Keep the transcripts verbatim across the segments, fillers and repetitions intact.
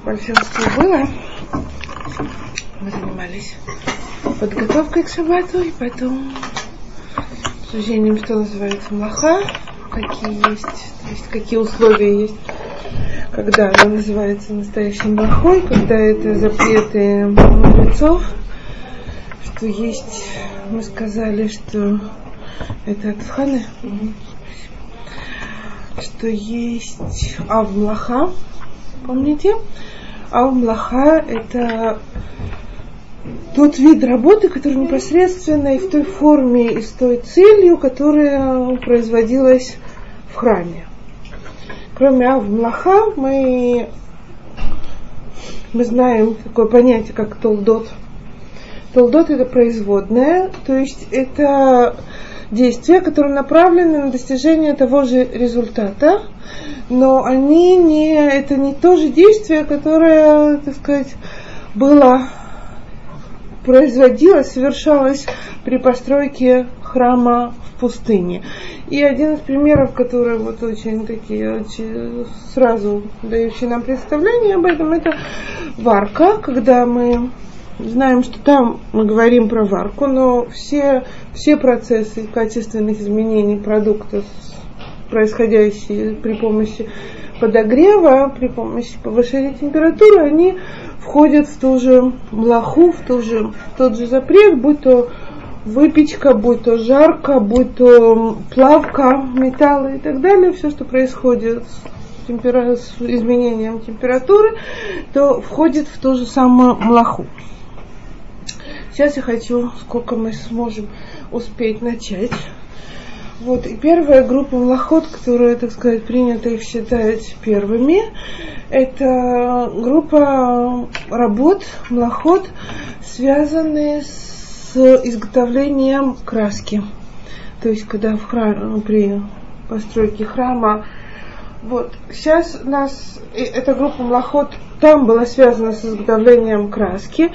большинству было. Мы занимались подготовкой к шаббату и потом обсуждением, что называется млаха, какие есть, то есть какие условия есть, когда она называется настоящей млахой, когда это запреты мудрецов, что есть, мы сказали, что это от Ханы, mm-hmm. что есть ав-млаха, помните? Ав-млаха — это тот вид работы, который непосредственно и в той форме, и с той целью, которая производилась в храме. Кроме ав-млаха мы, мы знаем такое понятие, как толдот. Толдот — это производное, то есть это действия, которые направлены на достижение того же результата, но они не, это не то же действие, которое, так сказать, было, производилось, совершалось при постройке храма в пустыне. И один из примеров, который вот очень такие, очень сразу дающий нам представление об этом, это варка, когда мы знаем, что там мы говорим про варку, но все, все процессы качественных изменений продукта, происходящие при помощи подогрева, при помощи повышения температуры, они входят в ту же млаху, в, ту же, в тот же запрет, будь то выпечка, будь то жарка, будь то плавка металла и так далее, все, что происходит с, темпера... с изменением температуры, то входит в ту же самую млаху. Сейчас я хочу, сколько мы сможем успеть начать. Вот, и первая группа млахот, которая, так сказать, принято их считать первыми, это группа работ, млахот, связанные с изготовлением краски. То есть, когда в храме, при постройке храма, вот, сейчас у нас, эта группа млахот там была связана с изготовлением краски.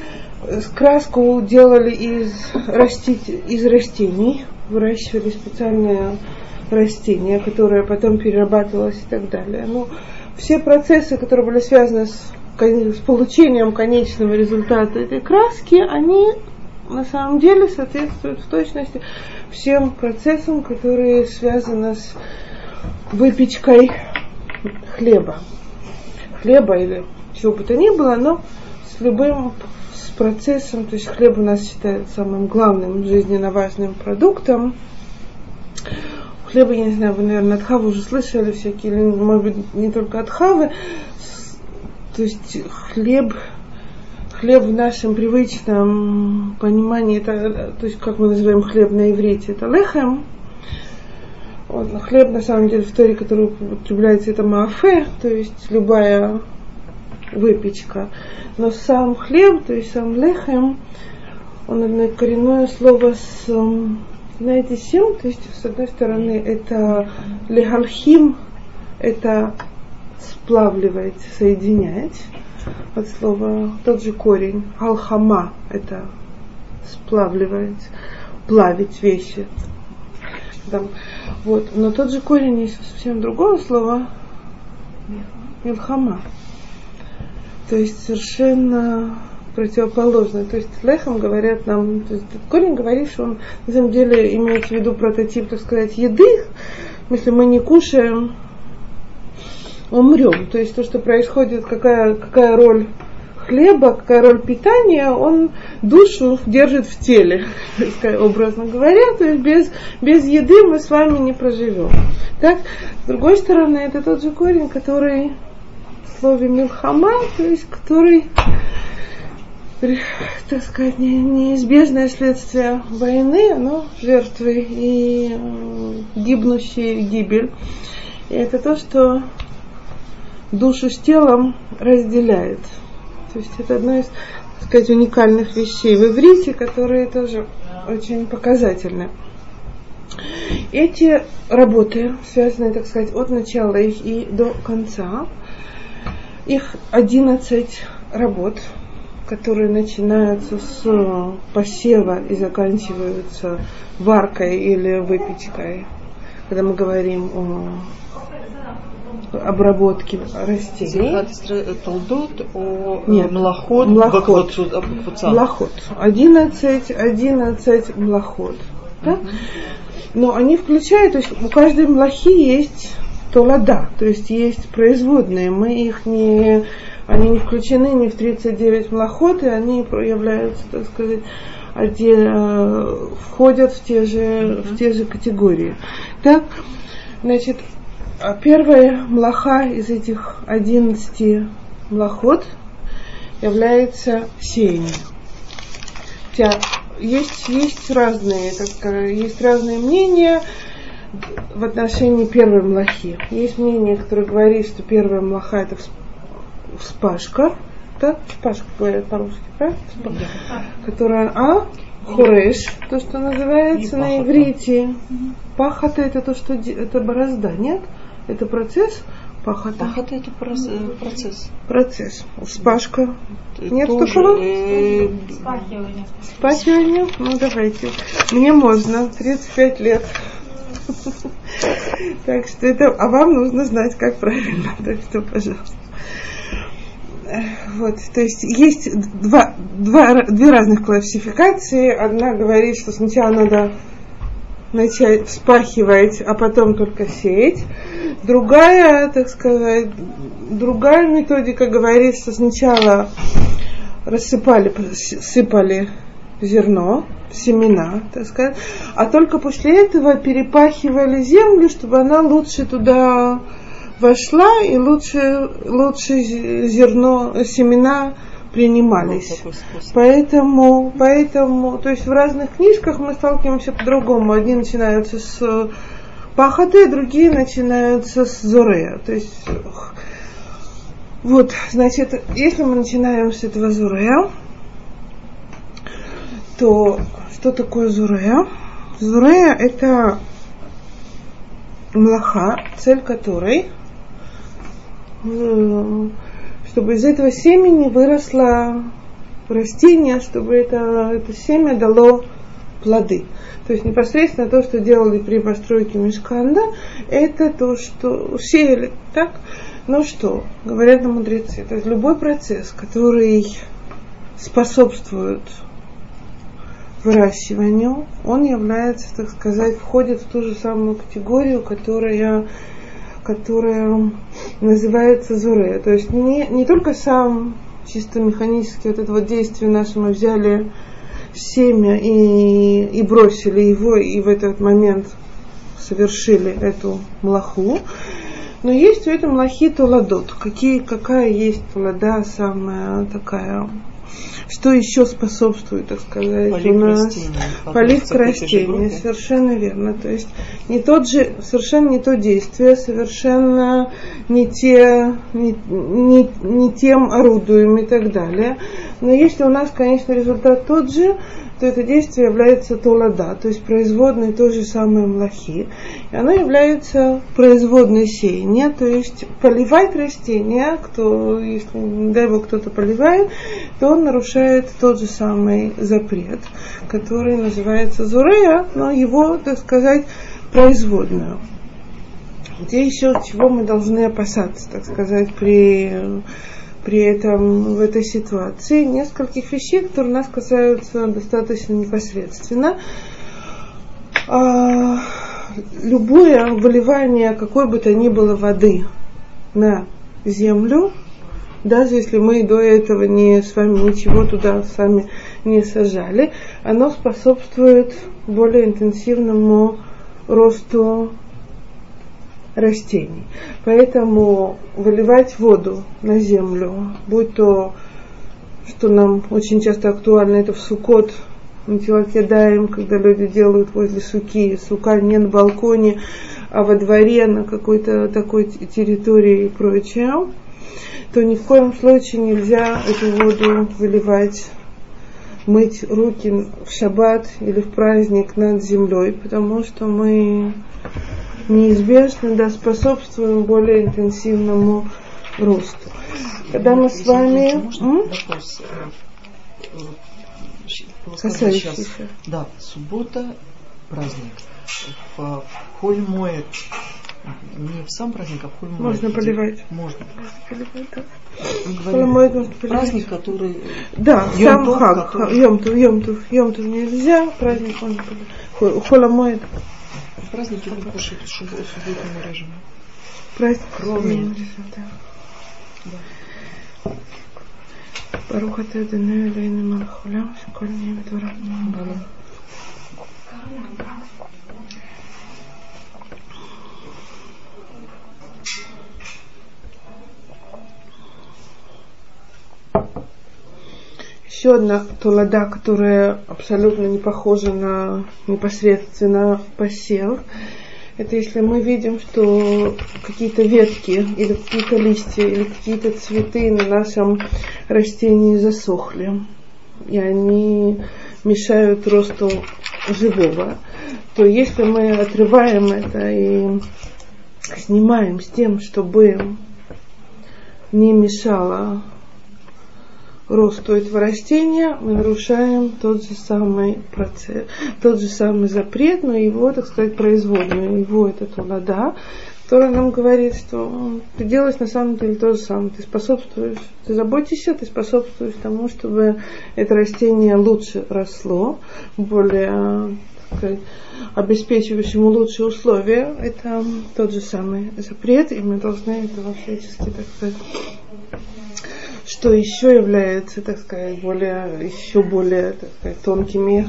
Краску делали из, растить, из растений, выращивали специальные растения, которые потом перерабатывалось и так далее. Но все процессы, которые были связаны с, с получением конечного результата этой краски, они на самом деле соответствуют в точности всем процессам, которые связаны с выпечкой хлеба. Хлеба или чего бы то ни было, но с любым процессом, то есть хлеб у нас считается самым главным жизненно важным продуктом. Хлеба, я не знаю, вы, наверное, от хавы уже слышали всякие, или, может быть, не только от хавы. То есть хлеб, хлеб в нашем привычном понимании, это, то есть как мы называем хлеб на иврите, это лехем. Вот, но хлеб, на самом деле, в Торе, который употребляется, это маафе, то есть любая выпечка. Но сам хлеб, то есть сам лехем, он однокоренное слово с, знаете, сим, то есть с одной стороны это лехалхим, это сплавливать, соединять, от слова тот же корень, алхама, это сплавливать, плавить вещи. Там, вот. Но тот же корень есть совсем другое слово, милхама. То есть совершенно противоположно. То есть лехом говорят нам, то есть этот корень говорит, что он на самом деле имеет в виду прототип, так сказать, еды. Если мы не кушаем, умрем. То есть то, что происходит, какая, какая роль хлеба, какая роль питания, он душу держит в теле, образно говоря. То есть без, без еды мы с вами не проживем. Так? С другой стороны, это тот же корень, который слове милхама, то есть который, так сказать, не, неизбежное следствие войны, оно жертвы и гибнущая гибель. И это то, что душу с телом разделяет. То есть это одна из, так сказать, уникальных вещей в иврите, которые тоже очень показательны. Эти работы, связанные, так сказать, от начала их и до конца, их одиннадцать работ, которые начинаются с посева и заканчиваются варкой или выпечкой. Когда мы говорим о обработки растений. Толдот, о Нет, млахот, млахот. Млахот. одиннадцать, одиннадцать млахот. Да? Но они включают, то есть у каждой млахи есть толада, то есть есть производные. Мы их не, они не включены ни в тридцать девять млахот, и они являются, так сказать, отдельно, входят в те же, в те же категории. Так, значит, первая млаха из этих одиннадцати млахот является сеяние. Есть, есть разные, так сказать, есть разные мнения в отношении первой млахи. Есть мнение, которое говорит, что первая млаха это вспашка, так? Вспашка говорят по-русски, правильно? Да. Которая а хореш, то, что называется на иврите. Пахота это то, что это борозда, нет? Это процесс. Пахота. Пахота это процесс. Процесс. Вспашка. Нет тоже, такого? Э... Спахивание. Спахивание? Ну давайте. Мне можно. тридцать пять лет. Так что это... А вам нужно знать, как правильно. Так что, пожалуйста. Вот, то есть есть два, два, две разных классификации. Одна говорит, что сначала надо начать вспахивать, а потом только сеять. Другая, так сказать, другая методика говорит, что сначала рассыпали, сыпали зерно, семена, так сказать, а только после этого перепахивали землю, чтобы она лучше туда вошла и лучше, лучше зерно, семена принимались. Поэтому, поэтому, то есть в разных книжках мы сталкиваемся по-другому. Одни начинаются с пахоты, другие начинаются с зорея. То есть, вот, значит, если мы начинаем с этого зорея, то что такое зорея? Зорея это млаха, цель которой чтобы из этого семени выросло растение, чтобы это, это семя дало плоды. То есть непосредственно то, что делали при постройке мишкана, это то, что сеяли, так? Ну что, говорят нам мудрецы, то есть любой процесс, который способствует выращиванию, он является, так сказать, входит в ту же самую категорию, которая которая называется зуре. То есть не, не только сам чисто механически вот это вот действие наше, мы взяли семя и, и бросили его, и в этот момент совершили эту млаху. Но есть у этой млахи толадот. Какие, какая есть толада самая такая, что еще способствует, так сказать, полив у нас растения, полив растения, совершенно верно. То есть не тот же, совершенно не то действие, совершенно не те, не, не, не тем орудуем и так далее. Но если у нас, конечно, результат тот же, то это действие является толада, то есть производной той же самой млахи. И оно является производной сеяния, то есть поливать растения, кто, если, не дай бог, кто-то поливает, то он нарушает тот же самый запрет, который называется зурея, но его, так сказать, производную. Где еще чего мы должны опасаться, так сказать, при... при этом в этой ситуации нескольких вещей, которые нас касаются достаточно непосредственно. А, любое выливание какой бы то ни было воды на землю, даже если мы до этого не, с вами ничего туда сами не сажали, оно способствует более интенсивному росту растений. Поэтому выливать воду на землю, будь то, что нам очень часто актуально, это в Суккот, на Тилат-Ядаим, когда люди делают возле суки, сука не на балконе, а во дворе, на какой-то такой территории и прочее, то ни в коем случае нельзя эту воду выливать, мыть руки в шаббат или в праздник над землей, потому что мы неизбежно да, способствуем более интенсивному росту. Когда мы с вами... Вопрос, касающийся. Да, суббота, праздник. В Холь Моэд Не в сам праздник, а в Холь-Моэд. Можно поливать. Можно. Поливать, да. Холь-Моэд можно поливать. Праздник, который... Да, сам Йом-Тов, хаг. который... Йом-Тов, Йом-Тов, Йом-Тов нельзя, праздник можно поливать. Холь-Моэд. Праздник не кушать субботнему режиму. Праздник. Кроме... Да. Барух ата Адонай Элоэйну мелech хаолам, шекол нהיה בדברו. Еще одна толада, которая абсолютно не похожа на непосредственно посев, это если мы видим, что какие-то ветки или какие-то листья или какие-то цветы на нашем растении засохли, и они мешают росту живого, то если мы отрываем это и снимаем с тем, чтобы не мешало росту этого растения, мы нарушаем тот же самый процесс, тот же самый запрет, но его, так сказать, производную, его это толада, которая нам говорит, что ты делаешь на самом деле то же самое, ты способствуешь, ты заботишься, ты способствуешь тому, чтобы это растение лучше росло, более, так сказать, обеспечиваешь ему лучшие условия, это тот же самый запрет, и мы должны это всячески, так сказать, что еще является, так сказать, более, еще более, так сказать, тонкими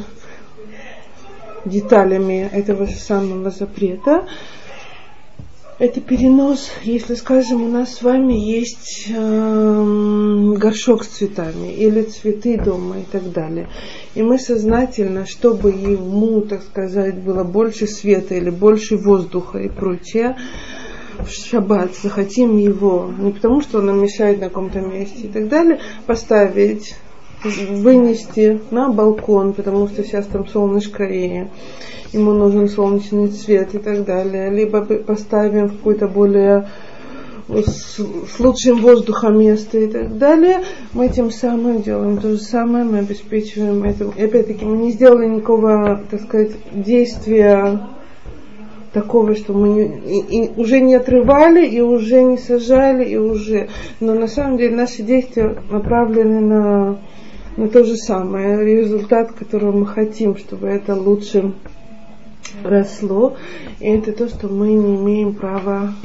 деталями этого же самого запрета. Это перенос, если, скажем, у нас с вами есть э, горшок с цветами или цветы дома и так далее. И мы сознательно, чтобы ему, так сказать, было больше света или больше воздуха и прочее, в шаббат захотим его, не потому что он нам мешает на каком-то месте и так далее, поставить, вынести на балкон, потому что сейчас там солнышко и ему нужен солнечный цвет и так далее, либо поставим в какое-то более с, с лучшим воздухом место и так далее, мы тем самым делаем то же самое, мы обеспечиваем это. И опять-таки мы не сделали никакого, так сказать, действия такого, что мы не, и, и уже не отрывали, и уже не сажали, и уже. Но на самом деле наши действия направлены на, на то же самое. Результат, которого мы хотим, чтобы это лучше росло. И это то, что мы не имеем права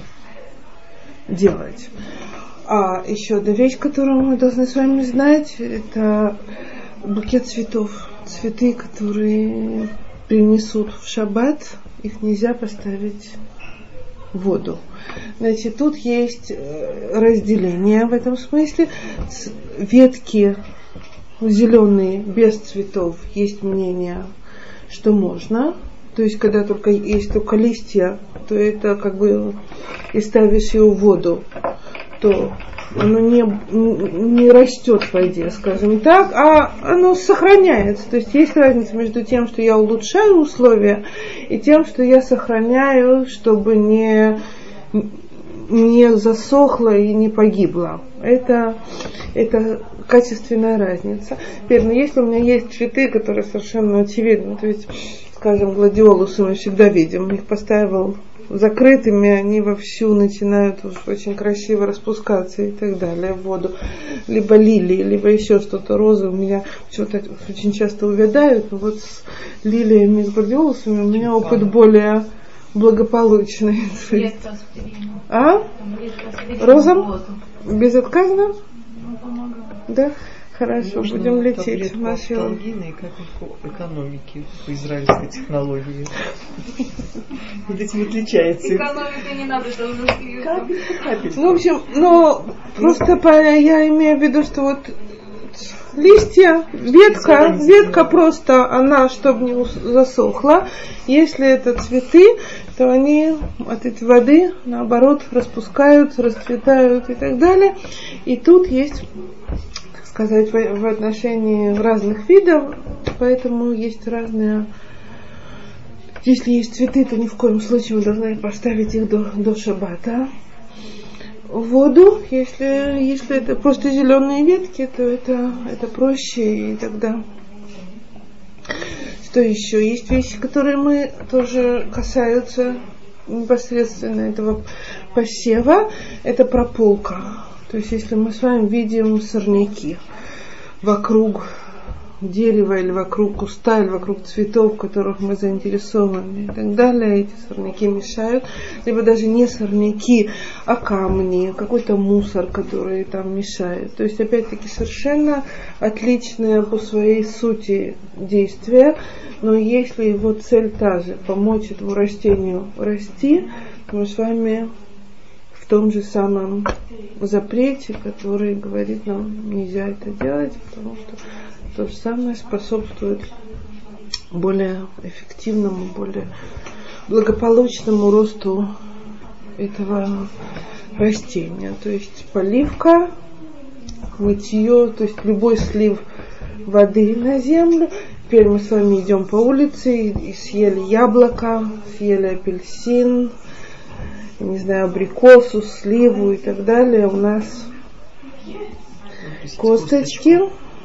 делать. А еще одна вещь, которую мы должны с вами знать, это букет цветов. Цветы, которые принесут в шаббат, их нельзя поставить в воду. Значит, тут есть разделение в этом смысле. Ветки зеленые без цветов, есть мнение, что можно. То есть, когда только есть только листья, то это как бы и ставишь ее в воду, то оно не, не растет в воде, скажем так, а оно сохраняется. То есть есть разница между тем, что я улучшаю условия, и тем, что я сохраняю, чтобы не, не засохло и не погибло. Это, это качественная разница. Теперь, но если у меня есть цветы, которые совершенно очевидны, то есть, скажем, гладиолусы мы всегда видим, их поставил закрытыми, они вовсю начинают уж очень красиво распускаться и так далее в воду. Либо лилии, либо еще что-то, розы у меня что-то очень часто увядают, но вот с лилиями, с гладиолусами у меня опыт более благополучный. А? Розам? Безотказно? Да? Хорошо, нужно будем лететь. Талгины и капельку экономики по израильской технологии. Вот этим отличается. Экономика не надо, что уже Ну, в общем, но просто по, я имею в виду, что вот листья, ветка, ветка просто, она, чтобы не засохла. Если это цветы, то они от этой воды, наоборот, распускаются, расцветают и так далее. И тут есть, сказать, в отношении разных видов, поэтому есть разные. Если есть цветы, то ни в коем случае мы должны поставить их до, до шаббата в воду. Если, если это просто зеленые ветки, то это, это проще, и тогда. Что еще? Есть вещи, которые мы тоже касаются непосредственно этого посева, это прополка. То есть если мы с вами видим сорняки вокруг дерева или вокруг куста, или вокруг цветов, в которых мы заинтересованы и так далее, эти сорняки мешают, либо даже не сорняки, а камни, какой-то мусор, который там мешает. То есть опять-таки совершенно отличное по своей сути действие, но если его цель та же, помочь этому растению расти, то мы с вами в том же самом запрете, который говорит нам, нельзя это делать, потому что то же самое способствует более эффективному, более благополучному росту этого растения. То есть поливка, мытье, то есть любой слив воды на землю. Теперь мы с вами идем по улице и съели яблоко, съели апельсин, не знаю, абрикосу, сливу и так далее. У нас косточки.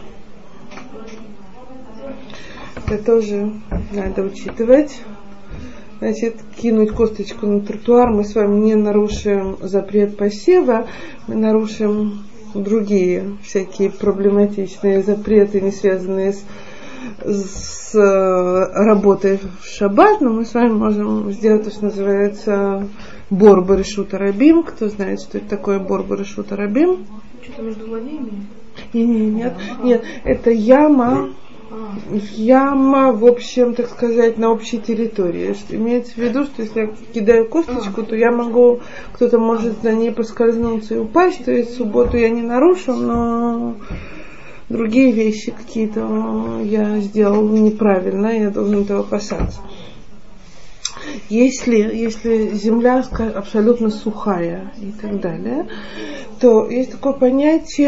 Это тоже надо учитывать. Значит, кинуть косточку на тротуар, мы с вами не нарушим запрет посева, мы нарушим другие всякие проблематичные запреты, не связанные с, с работой в шаббат, но мы с вами можем сделать то, что называется бор барешут арабим. Кто знает, что это такое бор барешут арабим? Что-то между владениями? Нет, нет, нет, нет, это яма. Яма, в общем, так сказать, на общей территории. Имеется в виду, что если я кидаю косточку, то я могу, кто-то может за ней поскользнуться и упасть, то есть субботу я не нарушу, но другие вещи какие-то я сделал неправильно, я должен этого опасаться. Если, если земля абсолютно сухая и так далее, то есть такое понятие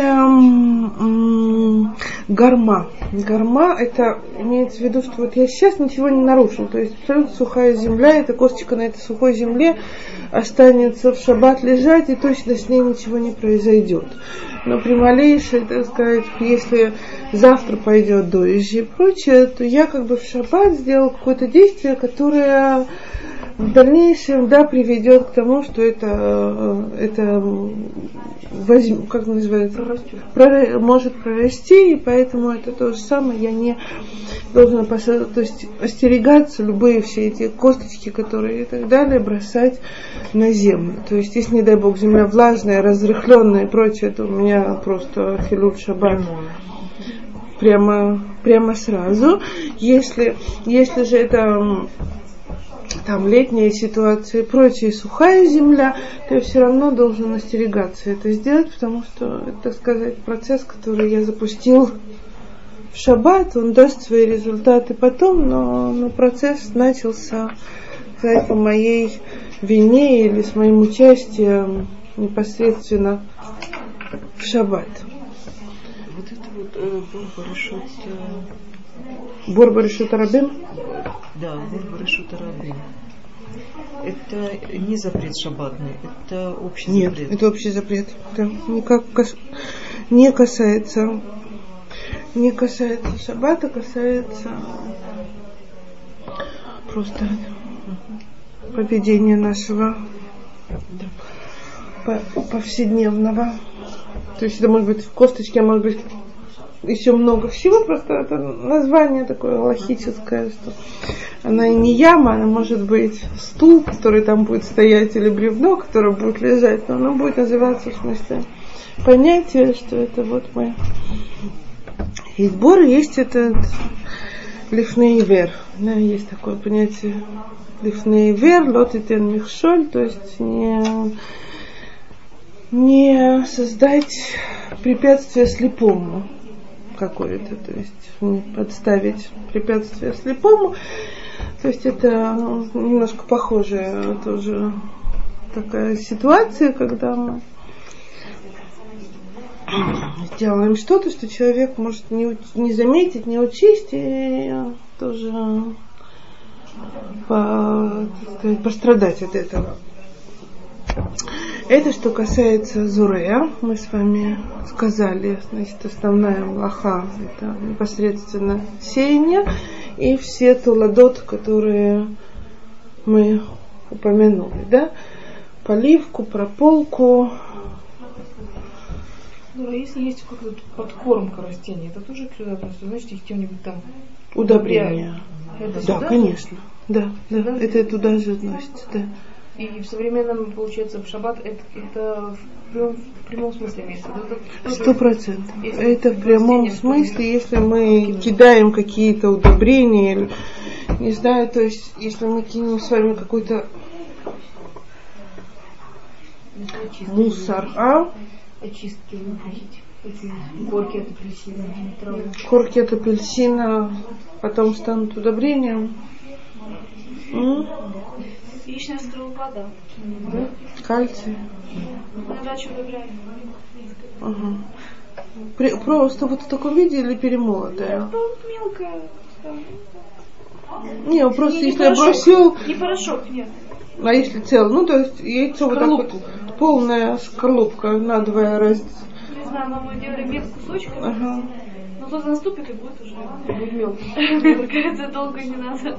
м- гарма. Гарма, это имеется в виду, что вот я сейчас ничего не нарушил. То есть абсолютно сухая земля, эта косточка на этой сухой земле останется в шаббат лежать, и точно с ней ничего не произойдет. Но при малейшей, так сказать, если завтра пойдет дождь и прочее, то я как бы в шаббат сделал какое-то действие, которое в дальнейшем, да, приведет к тому, что это, это возьм, как называется, Прор, может прорасти, и поэтому это то же самое, я не должна, то есть остерегаться любые все эти косточки, которые и так далее, бросать на землю. То есть, если, не дай бог, земля влажная, разрыхленная и прочее, то у меня просто хилуль шаббат прямо, прямо сразу. Если, если же это там летняя ситуация и прочее, сухая земля, то я все равно должен остерегаться это сделать, потому что это, так сказать, процесс, который я запустил в шаббат, он даст свои результаты потом, но, но процесс начался, сказать, по моей вине или с моим участием непосредственно в шаббат. Вот это вот э, Бор барешут... Э... Бор барешут арабим? Да, Бор барешут арабим. Это не запрет шаббатный, это общий Нет, запрет. Нет, это общий запрет. Да, никак кас... не касается, не касается шаббата, касается просто поведения нашего да, повседневного. То есть это может быть в косточке, а может быть еще много всего, просто это название такое логическое, что она и не яма, она может быть стул, который там будет стоять, или бревно, которое будет лежать, но оно будет называться в смысле понятие, что это вот мы. Есть бор, есть этот лифней вер. Да, есть такое понятие лифней вер, лотитен михшоль, то есть не, не создать препятствие слепому какое-то, то есть не подставить препятствие слепому. То есть это ну, немножко похожая тоже такая ситуация, когда мы делаем что-то, что человек может не, не заметить, не учесть и тоже по, так сказать, пострадать от этого. Это что касается зурея, мы с вами сказали, значит, основная млаха это непосредственно сеяние и все туладот, которые мы упомянули, да? Поливку, прополку. Ну, а если есть какая-то подкормка растений, это тоже к туда, просто, значит, их чем-нибудь там удобрения. Это да, сюда? конечно. Да, да, Сюда? это туда же относится, да. И в современном, получается, в шаббат это, это в, прямом, в прямом смысле имеется. Сто процентов. Это в в прямом смысле, если мы кидаем какие-то удобрения, или, не знаю, то есть, если мы кинем с вами какой-то мусор, а? Очистки выпустить. Корки от апельсина, травы. Корки от апельсина потом станут удобрением. М? Яичная скорлупа, да. Да? Кальций. На дачу удобряем. Ага. При, просто вот в таком виде или перемолотая? Ну, мелкая. Не, просто не, если не я бросил... Не порошок, нет. А если цел? Ну, то есть яйцо вот так вот, полная скорлупка надвое раз. Не знаю, но мы делали без кусочков. Ага. Но тот наступит и будет уже. Будет мелкий. Это долго не надо.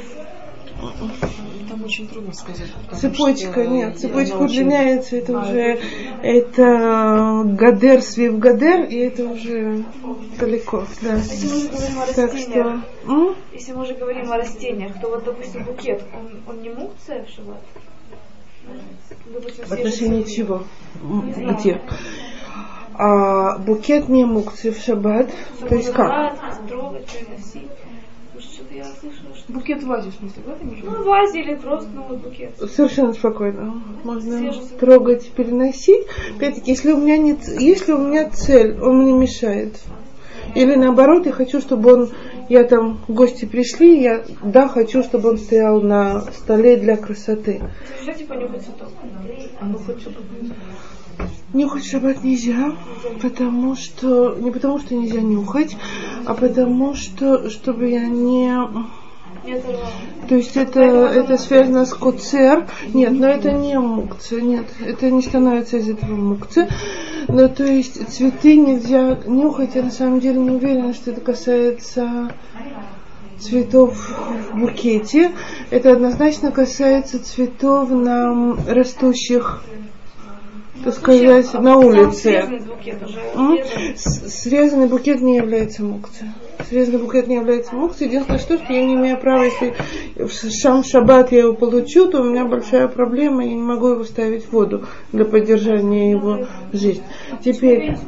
Там очень трудно сказать. Цепочка, что нет, цепочка очень... удлиняется, это а, уже, это... это гадер, свив гадер, и это уже далеко, да. Если мы уже говорим о Так растениях, что, м? если мы уже говорим о растениях, то вот, допустим, букет, он, он не мукция в шаббат? Допустим, В отношении свежий чего? Где? А, букет не мукция в шаббат, то есть как? Трогать, приносить. Что-то я слышала, что... Букет в вазе, в смысле, в этом Ну, в вазе или просто, ну, вот букет. Совершенно спокойно. Можно Свежий. трогать, переносить. Опять-таки, если у меня нет, если у меня цель, он мне мешает. Или наоборот, я хочу, чтобы он, я там, гости пришли, я, да, хочу, чтобы он стоял на столе для красоты. Нельзя, типа, нюхать цветок. А ну хоть что-то. Нюхать в шаббат нельзя, потому что, не потому что нельзя нюхать, а потому что, чтобы я не... Нет, То есть это, это связано с коцер. Нет, но это не мукция. Нет, это не становится из этого мукция. Но то есть цветы нельзя нюхать. Я на самом деле не уверена, что это касается цветов в букете. Это однозначно касается цветов на растущих, так сказать, на улице. Срезанный букет не является мукцией. Срезанный букет не является мукцией. Единственное, что, что я не имею права, если в шам шаббат я его получу, то у меня большая проблема, я не могу его ставить в воду для поддержания его жизни. Теперь,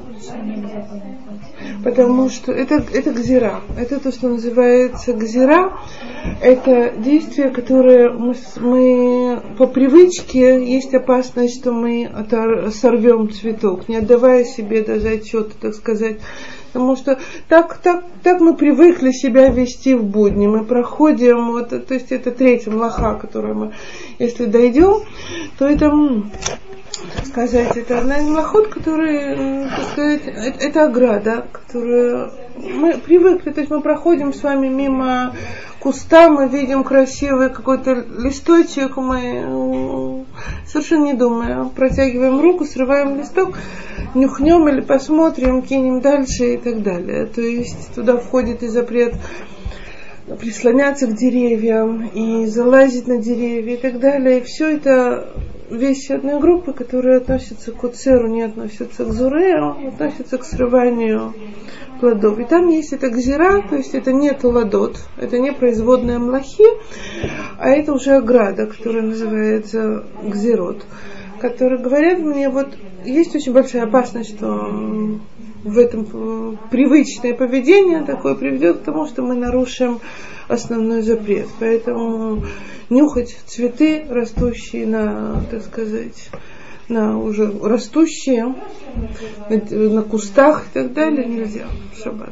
потому что это, это гзира. Это то, что называется гзира. Это действие, которое мы, мы по привычке, есть опасность, что мы отор, сорвем цветок, не отдавая себе даже отчета, так сказать. Потому что так, так, так мы привыкли себя вести в будни. Мы проходим, вот, то есть это третья млаха, которую мы, если дойдем, то это, так сказать, это одна из млахот, которые, так сказать, это, это ограда, которую мы привыкли, то есть мы проходим с вами мимо куста, мы видим красивый какой-то листочек, мы совершенно не думая, протягиваем руку, срываем листок, нюхнем или посмотрим, кинем дальше и так далее. То есть туда входит и запрет прислоняться к деревьям, и залазить на деревья и так далее. И все это вещи одной группы, которые относятся к уцеру, не относятся к зурею, относятся к срыванию плодов. И там есть это гзира, то есть это не туладот, это не производная млахи, а это уже ограда, которая называется гзирот, которые говорят мне, вот есть очень большая опасность, что в этом привычное поведение такое приведет к тому, что мы нарушим основной запрет. Поэтому нюхать цветы, растущие на, так сказать, на уже растущие, на, на кустах и так далее, нельзя в шаббат.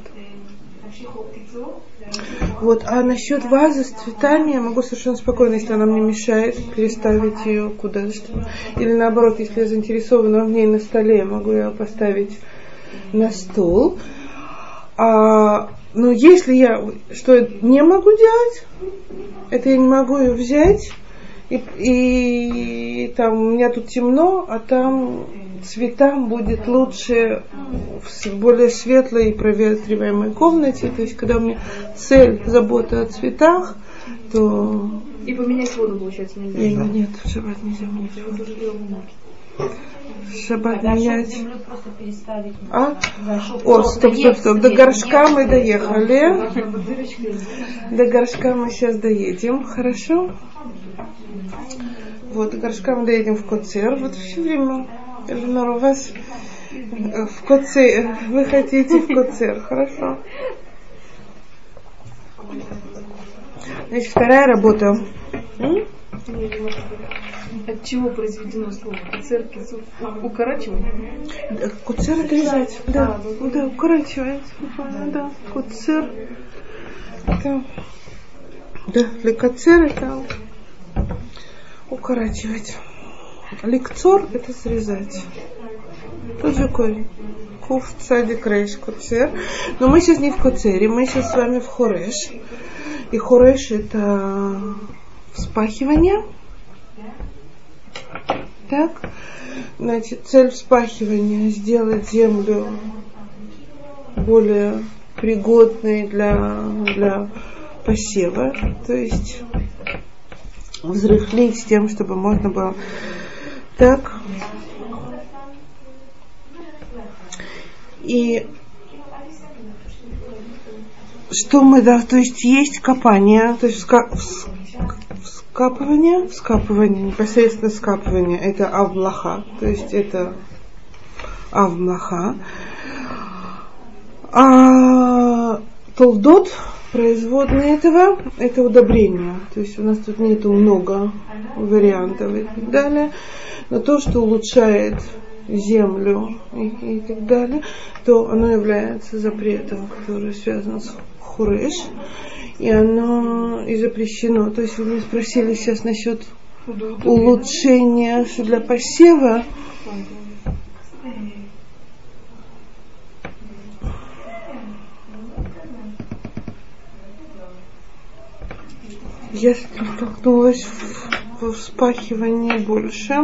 Вот. А насчет вазы с цветами я могу совершенно спокойно, если она мне мешает, переставить ее куда-то. Или наоборот, если я заинтересована в ней на столе, могу ее поставить на стол. А, но если я что не могу делать, это я не могу ее взять, и, и там у меня тут темно, а там цветам будет лучше в более светлой и проветриваемой комнате. То есть, когда у меня цель забота о цветах, то что... И поменять воду, получается, нельзя? И, нет, в шаббат нельзя менять воду. В шаббат а менять... землю просто переставить. А? Горшок. О, стоп, стоп, стоп. До горшка мы доехали. До горшка мы сейчас доедем. Хорошо? Вот, до горшка мы доедем в Коцер. Вот все время, Эльнор, у вас в Коцер. Вы хотите в Коцер. Хорошо? Значит, вторая работа. М? От чего произведено слово? Куцер, кисур, укорачивать? Куцер отрезать. Да, да, да, укорачивать. Да, куцер. Это, да, лекацер это укорачивать. Лекцор это срезать. Тот же корень. Кув, цадик, рейш, куцер. Но мы сейчас не в Коцере, мы сейчас с вами в Хореш. И Хореш это вспахивание. Так, значит, цель вспахивания сделать землю более пригодной для, для посева, то есть взрыхлить с тем, чтобы можно было так. И что мы, да, то есть есть копание, то есть вскапывание, вскапывание, непосредственно скапывание, это авмлаха, то есть это авмлаха. А толдот, производные этого, это удобрение, то есть у нас тут нету много вариантов и так далее, но то, что улучшает землю и, и так далее, то оно является запретом, который связан с Хореш. И оно и запрещено. То есть вы меня спросили сейчас насчет улучшения для посева. Я столкнулась в, в вспахивании больше.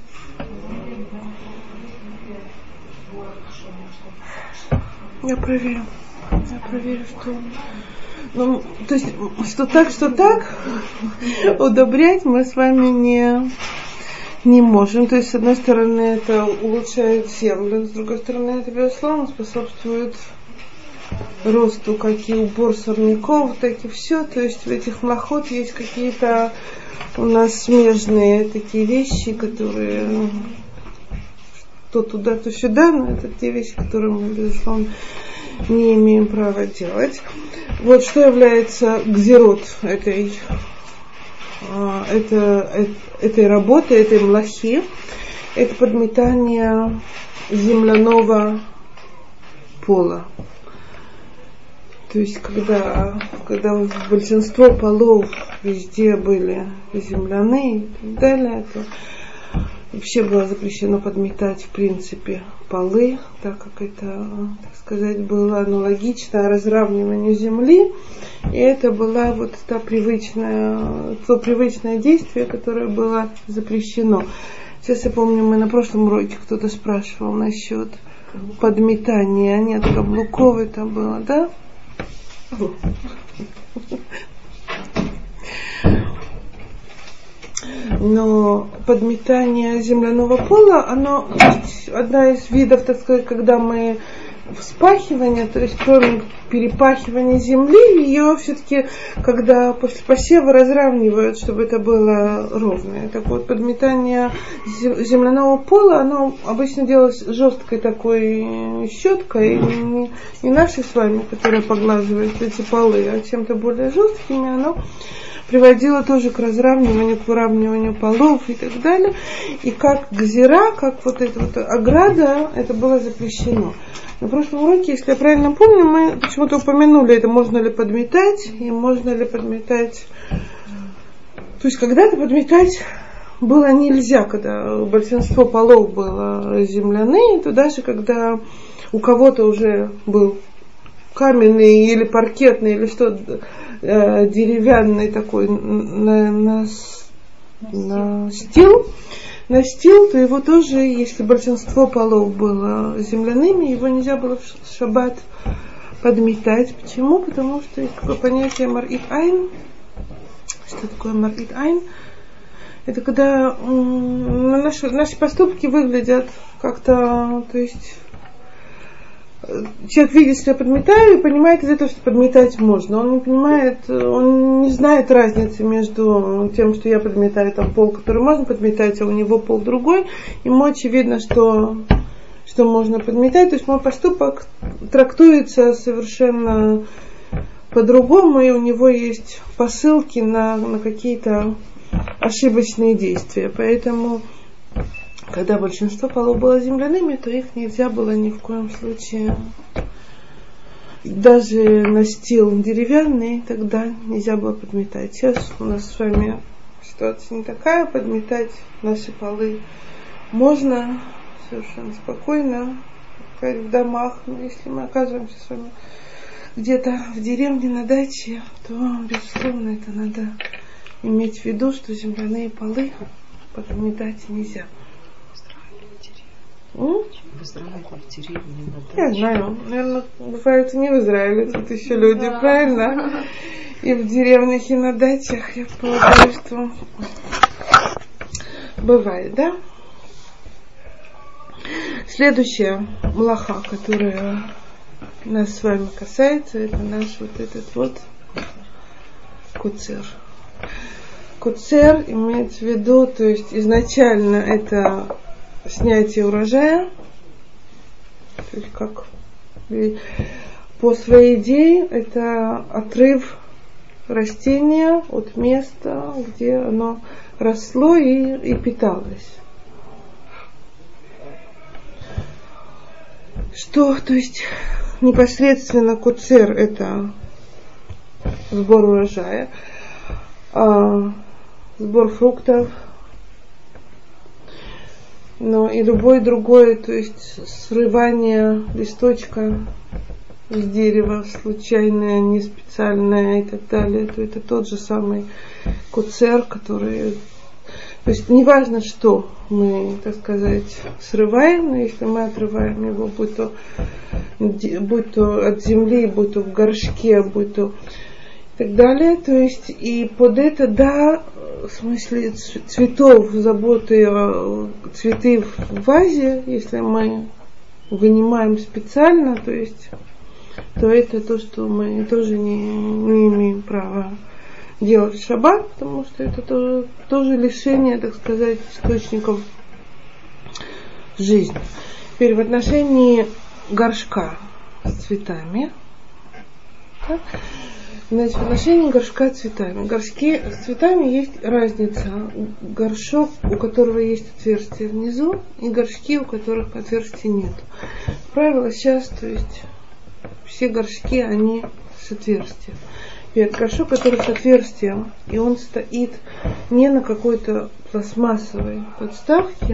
Я проверю. Я проверю, что... Ну, то есть, что так, что так, удобрять мы с вами не, не можем. То есть, с одной стороны, это улучшает землю, с другой стороны, это, безусловно, способствует росту, как и убор сорняков, так и все. То есть, в этих млахот есть какие-то у нас смежные такие вещи, которые то туда, то сюда, но это те вещи, которые мы, безусловно, не имеем права делать. Вот что является гзирот этой, это, этой работы, этой млахи. Это подметание земляного пола. То есть, когда, когда большинство полов везде были земляные и так далее, то вообще было запрещено подметать, в принципе, полы, так как это, так сказать, было аналогично разравниванию земли. И это было вот та привычная, то привычное действие, которое было запрещено. Сейчас я помню, мы на прошлом уроке кто-то спрашивал насчет подметания. Нет, каблуков это было, да? Но подметание земляного пола, оно одна из видов, так сказать, когда мы вспахивание, то есть кроме перепахивания земли, ее все-таки, когда после посева разравнивают, чтобы это было ровное. Так вот, подметание земляного пола, оно обычно делалось жесткой такой щеткой, не, не нашей с вами, которая поглаживает эти полы, а чем-то более жесткими, оно приводило тоже к разравниванию, к выравниванию полов и так далее. И как гзира, как вот эта вот ограда, это было запрещено. На прошлом уроке, если я правильно помню, мы почему-то упомянули, это можно ли подметать, и можно ли подметать. То есть когда-то подметать было нельзя, когда большинство полов было земляные, то даже когда у кого-то уже был каменный или паркетный, или что-то э, деревянный такой на, на, на стил, настил, то его тоже, если большинство полов было земляными, его нельзя было в шаббат подметать. Почему? Потому что есть такое понятие мар'ит айн, Что такое марит айн? Это когда м, наши, наши поступки выглядят как-то, то есть человек видит, что я подметаю, и понимает из этого, что подметать можно. Он не понимает, он не знает разницы между тем, что я подметаю там пол, который можно подметать, а у него пол другой. Ему очевидно, что, что можно подметать. То есть мой поступок трактуется совершенно по-другому, и у него есть посылки на, на какие-то ошибочные действия. Поэтому когда большинство полов было земляными, то их нельзя было ни в коем случае. Даже настил деревянный тогда нельзя было подметать. Сейчас у нас с вами ситуация не такая. Подметать наши полы можно совершенно спокойно в домах. Но если мы оказываемся с вами где-то в деревне на даче, то, безусловно, это надо иметь в виду, что земляные полы подметать нельзя. В Израиле, в деревне, на даче. Я знаю, наверное, бывает и не в Израиле, тут еще люди, да. Правильно? И в деревнях, и на дачах, я полагаю, что бывает, да? Следующая млаха, которая нас с вами касается, это наш вот этот вот куцер. Куцер имеется в виду, то есть изначально это снятие урожая, то есть как по своей идее это отрыв растения от места, где оно росло и, и питалось. Что, то есть непосредственно куцер это сбор урожая, а сбор фруктов, но и любое другое, то есть срывание листочка с дерева, случайное, не специальное и так далее, то это тот же самый куцер, который... То есть неважно, что мы, так сказать, срываем, но если мы отрываем его, будь то, будь то от земли, будь то в горшке, будь то и так далее, то есть и под это, да, в смысле цветов, заботы о цветы в вазе, если мы вынимаем специально, то есть, то это то, что мы тоже не, не имеем права делать в шаббат, потому что это тоже, тоже лишение, так сказать, источников жизни. Теперь в отношении горшка с цветами. Так? Значит, в отношении горшка с цветами. Горшки с цветами есть разница. Горшок, у которого есть отверстие внизу, и горшки, у которых отверстия нет. Правило сейчас, то есть все горшки, они с отверстием. Теперь горшок, который с отверстием, и он стоит не на какой-то пластмассовой подставке,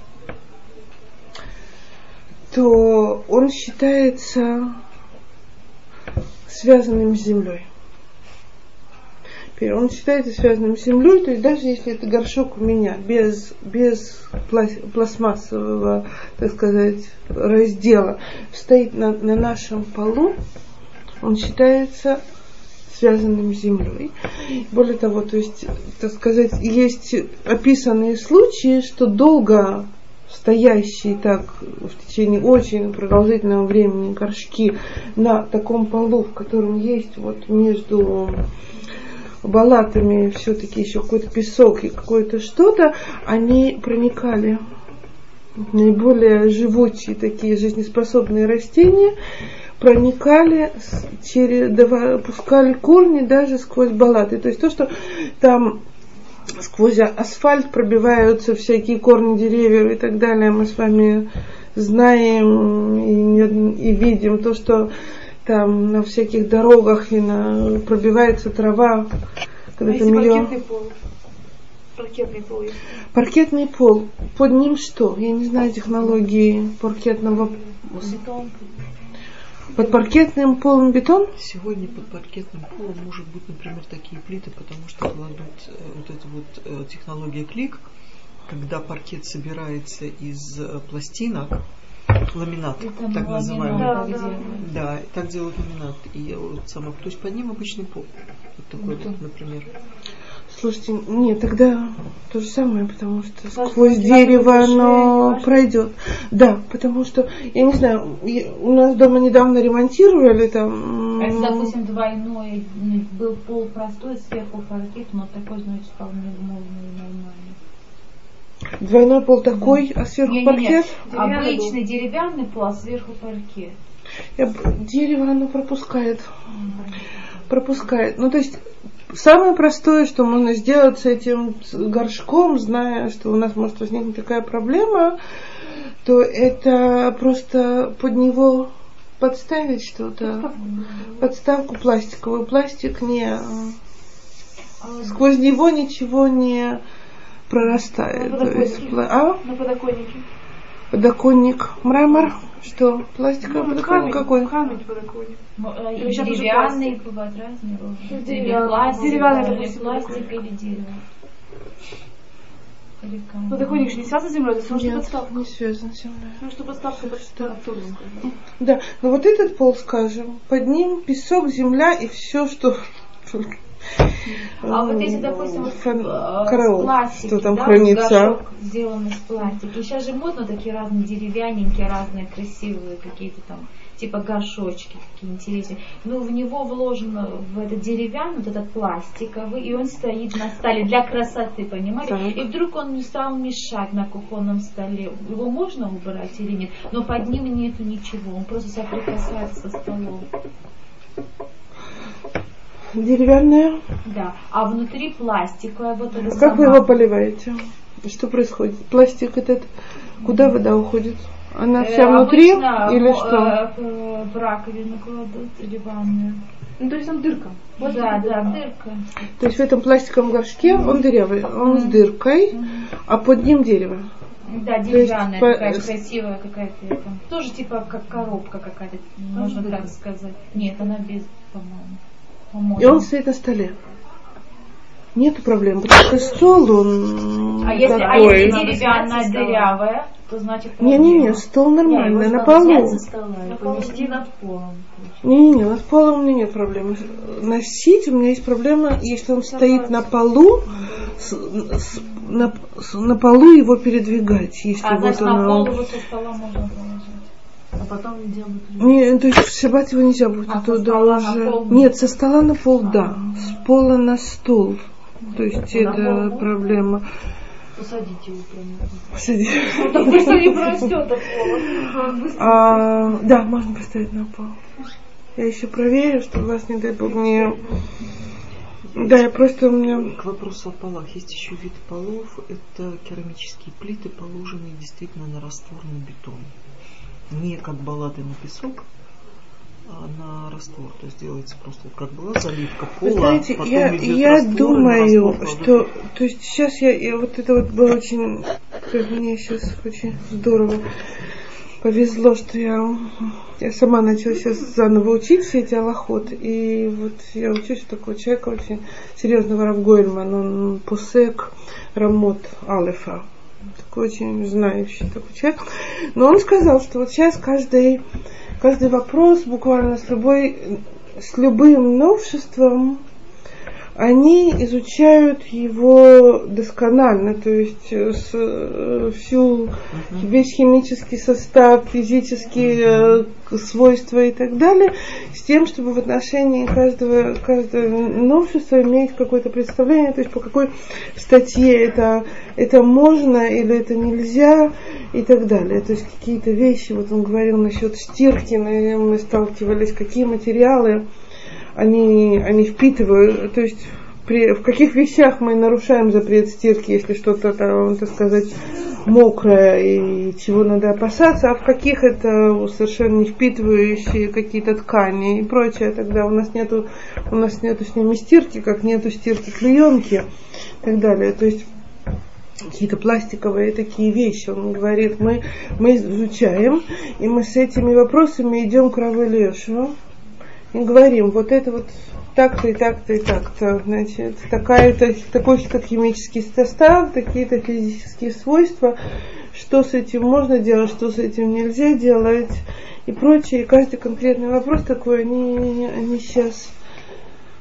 то он считается связанным с землей. Теперь он считается связанным с землей, то есть даже если это горшок у меня без, без пластмассового, так сказать, раздела стоит на, на нашем полу, он считается связанным с землей. Более того, то есть, так сказать, есть описанные случаи, что долго стоящие так в течение очень продолжительного времени горшки на таком полу, в котором есть вот между балатами все-таки еще какой-то песок и какое-то что-то, они проникали в наиболее живучие такие жизнеспособные растения, проникали через, пускали корни даже сквозь балаты. То есть то, что там сквозь асфальт пробиваются всякие корни деревьев и так далее, мы с вами знаем и, и видим то, что там на всяких дорогах и на, пробивается трава. Когда а там ее... паркетный пол? Паркетный пол есть. Паркетный пол. Под ним что? Я не знаю технологии паркетного... Бетон. Под паркетным полом бетон? Сегодня под паркетным полом может быть, например, такие плиты, потому что кладут э, вот эта вот э, технология клик, когда паркет собирается из э, пластинок, ламинат, это так называемый. Да, да. Да, так делают ламинат. И вот самое, то есть под ним обычный пол. Вот такой вот, например. Слушайте, нет, тогда то же самое, потому что Потому сквозь что дерево большие, оно важно. пройдет. Да, потому что, я не знаю, я- у нас дома недавно ремонтировали там. А если, допустим, двойной м, был пол простой, сверху паркет, но такой, значит, вполне можно и нормально. Двойной пол такой, а сверху Не-не-не, паркет. Деревянный обычный деревянный пол, а сверху паркет. Я б- дерево оно пропускает. Пропускает. Ну, то есть, самое простое, что можно сделать с этим с горшком, зная, что у нас может возникнуть такая проблема, то это просто под него подставить что-то. Подставку пластиковую. Пластик не... Сквозь него ничего не прорастает. На То есть, подоконнике. пла- а? На подоконнике. Подоконник. Мрамор. Что? Пластиковый Ну, подоконник камень, какой? камень подоконник. М, э, Или сейчас уже Деревянный бывает разные розы. Или Деревянный. пластик, Деревянный, да, или допустим, пластик, подоконник. или дерево. Или камень. Подоконник же не связан с землей, это все что Нет, подставка. не связан с землей. Ну что подставка, это что абсурдно. Да, но вот этот пол, скажем, под ним песок, земля и все, что... А вот если, допустим, вот, Фан- э, караул, с пластики, что там да, хранится. горшок сделан из пластика. И сейчас же модно такие разные деревянненькие, разные красивые какие-то там, типа горшочки такие интересные. Ну, в него вложено, в этот деревянный, вот этот пластиковый, и он стоит на столе для красоты, понимаете? Так. И вдруг он не стал мешать на кухонном столе. Его можно убрать или нет? Но под ним нету ничего, он просто соприкасается со столом. Деревянная. Да, а внутри пластиковая, вот это Как вы сама. его поливаете? Что происходит? Пластик этот, куда вода уходит? Она Э, вся внутри обычно или в- что? э, в раковину кладут или в ванную. Ну то есть там дырка. Да, да, дырка. То есть в этом пластиковом горшке он дырявый, он с дыркой, а под ним дерево. Да, есть деревянная по- такая красивая какая-то. это. Тоже типа как коробка какая-то, можно так сказать. Нет, она без, по-моему. По-моему. И он стоит на столе. Нету проблем, потому что стол он А если, а такой. если деревянная дырявая, то значит Не-не-не, проблема. стол нормальный, на Взять полу. со стола и понести над полом. Не-не-не, над полом у меня нет проблемы. Носить у меня есть проблема, если он стоит на полу, с- с- на, с- на полу его передвигать. Если А вот значит, на оно... пол его со стола можно положить. А потом нельзя будет. Не, то есть в шаббат его нельзя будет А со оттуда стола на уже. пол? Нет, со стола на пол, да. С пола на стол. То есть это проблема. Посадите его прямо. Посади. Так быстро не прорастет от пола. А, да, можно поставить на пол. Я еще проверю, что вас, не дай бог, не... Да, я просто у меня... К вопросу о полах. Есть еще вид полов. Это керамические плиты, положенные действительно на растворный бетон. Не как баллады на песок, а на раствор. То есть делается просто вот как была заливка пола. Вы знаете, потом я, идет я раствор, и на думаю, раствор что... кладут. То есть сейчас я, я... Вот это вот было очень... Как мне сейчас очень здорово повезло, что я... Я сама начала сейчас заново учиться, эти алахот. И вот я учусь у такого человека очень серьезного, Рав Гойельман. Он посек Рамот Алефа. Такой очень знающий такой человек. Но он сказал, что вот сейчас каждый, каждый вопрос, буквально с, любой, с любым новшеством, они изучают его досконально, то есть с, всю, весь химический состав, физические э, свойства и так далее, с тем, чтобы в отношении каждого, каждого новшества иметь какое-то представление, то есть по какой статье это, это можно или это нельзя и так далее. То есть какие-то вещи, вот он говорил насчет стирки, мы сталкивались, какие материалы Они, они впитывают, то есть при, в каких вещах мы нарушаем запрет стирки, если что-то, там, так сказать, мокрое и чего надо опасаться, а в каких это совершенно не впитывающие какие-то ткани и прочее. Тогда у нас нету, у нас нету с ними стирки, как нету стирки клеенки и так далее. То есть какие-то пластиковые такие вещи. Он говорит, мы, мы изучаем, и мы с этими вопросами идем к Раву Элиэшеву и говорим, вот это вот так-то и так-то и так-то, значит, такая-то, такой-то химический состав, такие-то физические свойства, что с этим можно делать, что с этим нельзя делать и прочее. И каждый конкретный вопрос такой, они, они сейчас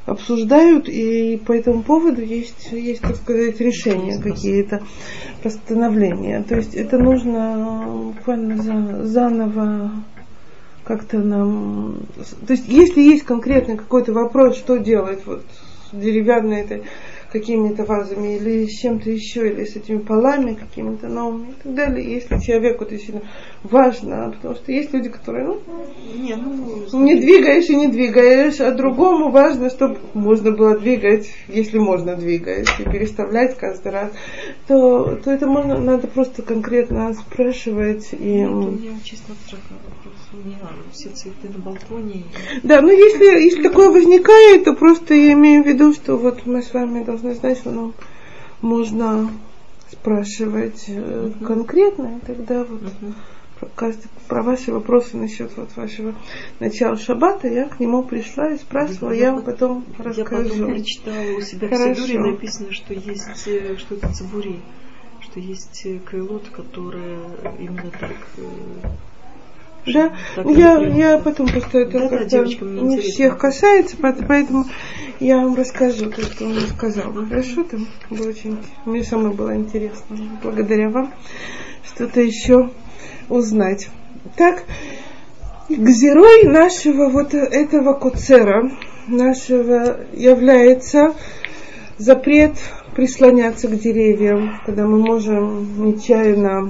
обсуждают, и по этому поводу есть, есть, так сказать, решения какие-то, постановления. То есть это нужно буквально за, заново как-то нам... То есть если есть конкретно какой-то вопрос, что делать вот с деревянной этой какими-то вазами или с чем-то еще, или с этими полами какими-то новыми и так далее. Если человеку это сильно важно, потому что есть люди, которые, ну, не, ну, не двигаешь и не двигаешь, а другому важно, чтобы можно было двигать, если можно двигать, и переставлять каждый раз, то, то это можно, надо просто конкретно спрашивать. И... Нет, у меня чисто абстрактный вопрос. Не надо, все цветы на балконе. Да, но если, если такое возникает, то просто я имею в виду, что вот мы с вами должны знать, что нам можно спрашивать uh-huh. конкретно, и тогда вот uh-huh. про, каждый, про ваши вопросы насчет вот вашего начала шаббата я к нему пришла и спрашивала, я, я вам потом я расскажу. Я потом прочитала у себя в Сидуре написано, что есть, что это цибури, что есть кайлот, которые именно так... Да, я, я потом просто это да, как-то да, девочка, не всех касается, поэтому я вам расскажу то, что он сказал. Хорошо, там было очень, мне самой было интересно, благодаря вам, что-то еще узнать. Так, гзирой нашего вот этого куцера, нашего является запрет прислоняться к деревьям, когда мы можем нечаянно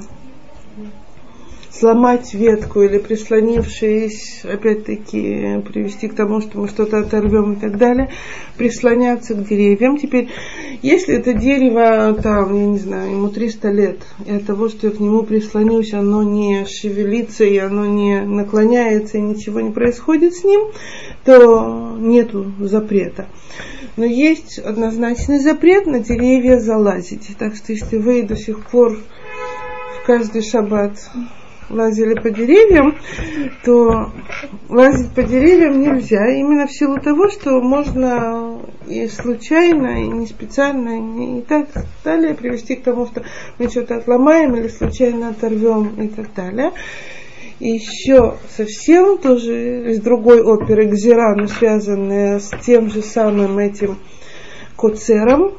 сломать ветку или прислонившись, опять-таки, привести к тому, что мы что-то оторвем и так далее, прислоняться к деревьям. Теперь, если это дерево, там, я не знаю, ему триста лет, и от того, что я к нему прислонюсь, оно не шевелится, и оно не наклоняется, и ничего не происходит с ним, то нету запрета. Но есть однозначный запрет на деревья залазить. Так что, если вы до сих пор в каждый шаббат лазили по деревьям, то лазить по деревьям нельзя, именно в силу того, что можно и случайно, и не специально, и так далее привести к тому, что мы что-то отломаем или случайно оторвем и так далее. И еще совсем тоже из другой оперы Гзира, но связанная с тем же самым этим коцером,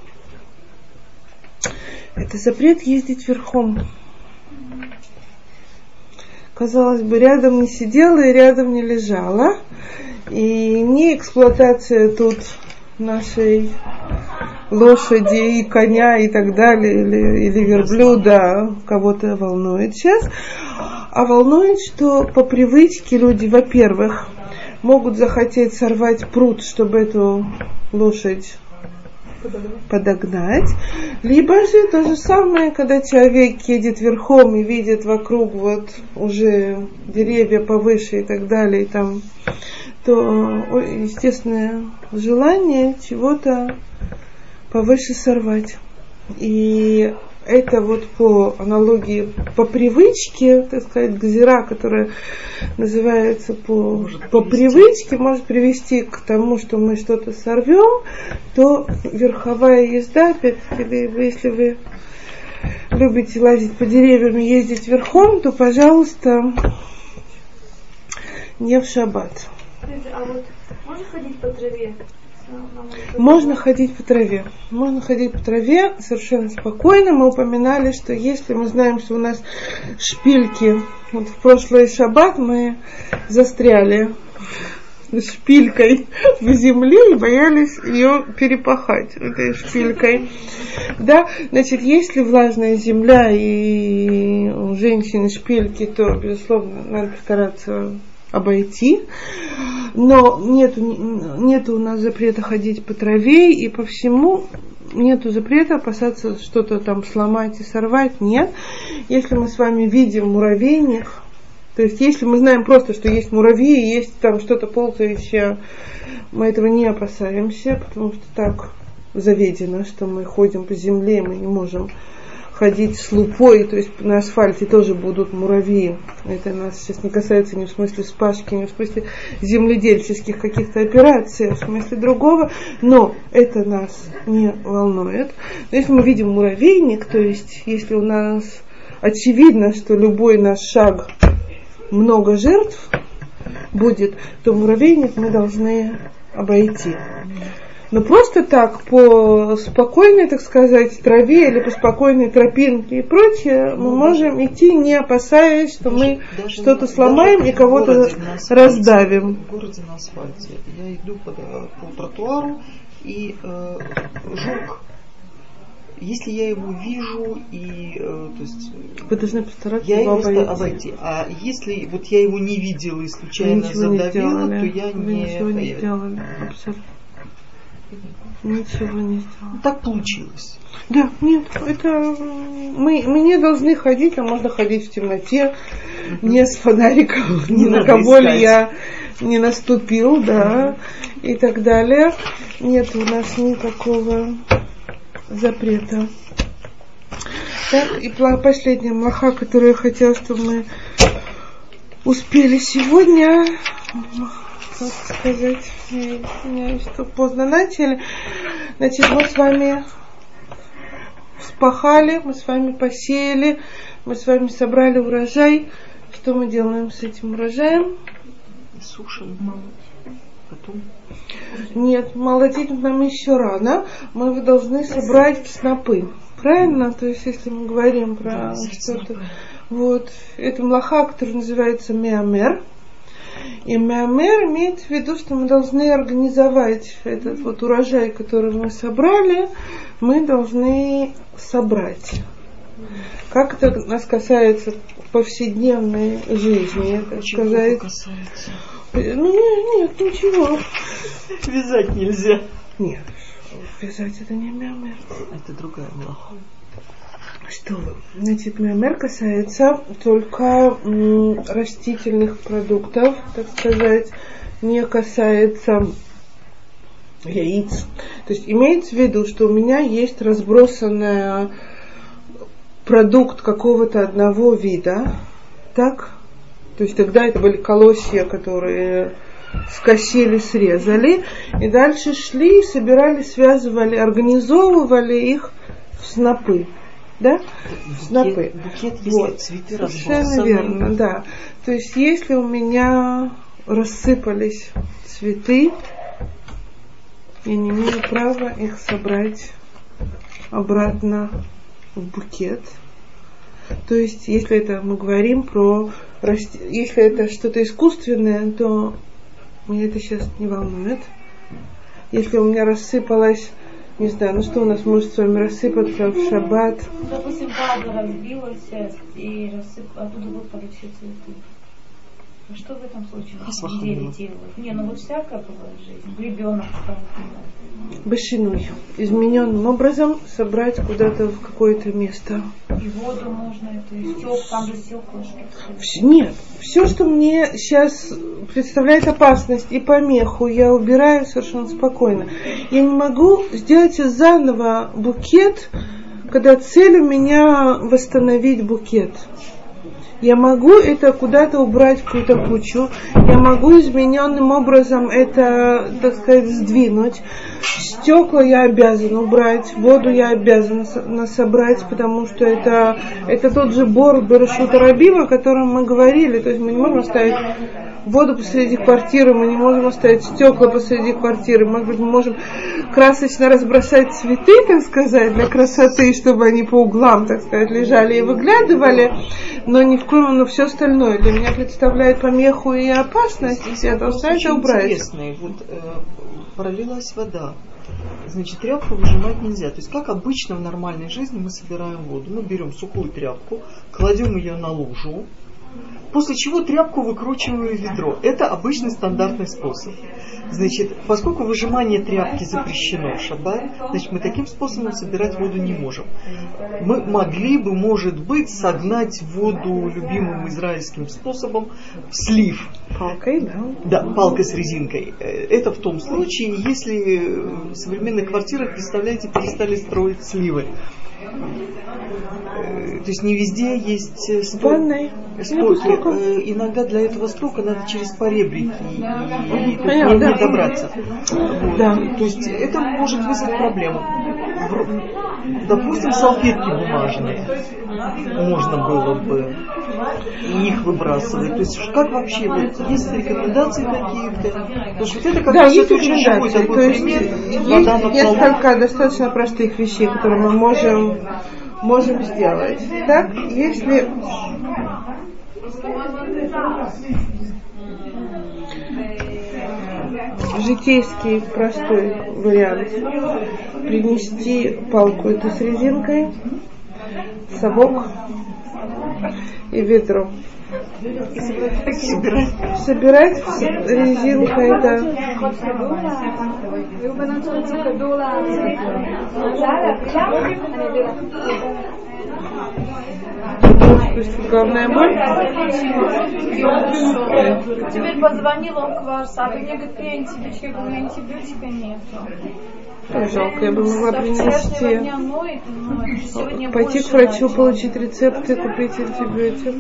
это запрет ездить верхом. Казалось бы, рядом не сидела и рядом не лежала. И не эксплуатация тут нашей лошади и коня и так далее, или, или верблюда кого-то волнует сейчас. А волнует, что по привычке люди, во-первых, могут захотеть сорвать пруд, чтобы эту лошадь подогнать. Либо же то же самое, когда человек едет верхом и видит вокруг вот уже деревья повыше и так далее, и там, то естественное желание чего-то повыше сорвать. И это вот по аналогии, по привычке, так сказать, гзира, которая называется по, по привычке, может привести к тому, что мы что-то сорвем, то верховая езда, опять-таки, если вы любите лазить по деревьям и ездить верхом, то, пожалуйста, не в шаббат. А вот можно ходить по траве? Можно ходить по траве. Можно ходить по траве совершенно спокойно. Мы упоминали, что если мы знаем, что у нас шпильки, вот в прошлый шаббат мы застряли шпилькой в земле и боялись ее перепахать этой шпилькой. Да, значит, если влажная земля и у женщины шпильки, то, безусловно, надо постараться обойти. Но нету, нету у нас запрета ходить по траве и по всему. Нету запрета опасаться что-то там сломать и сорвать. Нет. Если мы с вами видим муравейник, то есть если мы знаем просто, что есть муравьи, есть там что-то ползающее, мы этого не опасаемся, потому что так заведено, что мы ходим по земле, мы не можем ходить с лупой, то есть на асфальте тоже будут муравьи. Это нас сейчас не касается ни в смысле спашки, ни в смысле земледельческих каких-то операций, а в смысле другого, но это нас не волнует. Но если мы видим муравейник, то есть если у нас очевидно, что любой наш шаг много жертв будет, то муравейник мы должны обойти. Но просто так, по спокойной, так сказать, траве или по спокойной тропинке и прочее, мы можем идти, не опасаясь, что даже, мы даже, что-то сломаем и кого-то раздавим. В городе на асфальте я иду по, по тротуару, и э, жук, если я его вижу, и, э, то есть, вы должны постараться я его обойти. обойти. А если вот я его не видела и случайно задавила, то я вы не ничего не сделали. Абсолютно. Ничего не сделали. Так получилось. Да, нет, это мы, мы не должны ходить, а можно ходить в темноте, uh-huh. не с фонариком, ни на кого ли я не наступил, да, и так далее. Нет у нас никакого запрета. Так, и последняя млаха, которую я хотела, чтобы мы успели сегодня, как сказать, я извиняюсь, что поздно начали. Значит, мы с вами вспахали, мы с вами посеяли, мы с вами собрали урожай. Что мы делаем с этим урожаем? Сушим. Потом? Нет, молотить нам еще рано. Мы должны собрать снопы. Правильно? То есть, если мы говорим про да, что-то... Вот. Это млаха, который называется меамер. И меамер имеет в виду, что мы должны организовать этот вот урожай, который мы собрали, мы должны собрать. Как это нас касается повседневной жизни, так сказать. Касается? Ну нет, нет, ничего. Вязать нельзя. Нет, вязать это не меамер. Это другая млаха. Что вы? Значит, меамер касается только м, растительных продуктов, так сказать, не касается яиц. То есть имеется в виду, что у меня есть разбросанный продукт какого-то одного вида, так? То есть тогда это были колосья, которые скосили, срезали, и дальше шли, собирали, связывали, организовывали их в снопы. Да? Букет, Снопы. Букет, если вот. Цветы совершенно верно, да. То есть если у меня рассыпались цветы, я не имею права их собрать обратно в букет. То есть если это мы говорим про расти... если это что-то искусственное, то меня это сейчас не волнует. Если у меня рассыпалась, не знаю, ну что у нас может с вами рассыпаться в шаббат? Ну, допустим, ваза разбилась и рассып... оттуда выпали все цветы. А что в этом случае на деле делают? Не, ну вот всякое бывает в жизни. Ребенок стал. Башиной. Измененным образом собрать куда-то в какое-то место. И воду можно, это и стек, там же стеклышки. Нет, все, что мне сейчас представляет опасность и помеху, я убираю совершенно спокойно. Я не могу сделать заново букет, когда цель у меня восстановить букет. Я могу это куда-то убрать в какую-то кучу. Я могу измененным образом это, так сказать, сдвинуть. Стекла я обязана убрать, воду я обязана собрать, потому что это, это тот же бор Берешут Рабим, о котором мы говорили. То есть мы не можем оставить воду посреди квартиры, мы не можем оставить стекла посреди квартиры. Может быть, мы можем красочно разбросать цветы, так сказать, для красоты, чтобы они по углам, так сказать, лежали и выглядывали. Но ни в коем, но все остальное для меня представляет помеху и опасность. Я должна это убрать. Интересный. Вот э, пролилась вода. Значит, тряпку выжимать нельзя. То есть, как обычно в нормальной жизни мы собираем воду. Мы берем сухую тряпку, кладем ее на лужу, после чего тряпку выкручиваем в ведро. Это обычный стандартный способ. Значит, поскольку выжимание тряпки запрещено в шаббат, значит, мы таким способом собирать воду не можем. Мы могли бы, может быть, согнать воду любимым израильским способом в слив. Палкой, да? Да, палкой с резинкой. Это в том случае, если в современных квартирах, представляете, перестали строить сливы. То есть не везде есть стойки. Стойки. Иногда для этого стока надо через поребрики и, и, и Понятно, не да. добраться. Вот. Да. То есть это может вызвать проблему. Допустим, салфетки бумажные можно было бы. и их выбрасывать. То есть как вообще, вот, есть рекомендации какие-то? Потому что вот это как да, раз есть очень живой рекомендации. такой То есть пример. есть несколько достаточно простых вещей, которые мы можем, можем сделать. Так, если житейский простой вариант принести палку эту с резинкой, совок и ведро. Собирать. Собирать резинка это головная боль. Теперь позвонил он к Варсабу, мне говорит, при антибиотике, я говорю, антибиотика нет. Ой, жалко, я бы могла принести, дня ноет, ноет. пойти к врачу, получить рецепт и купить антибиотик.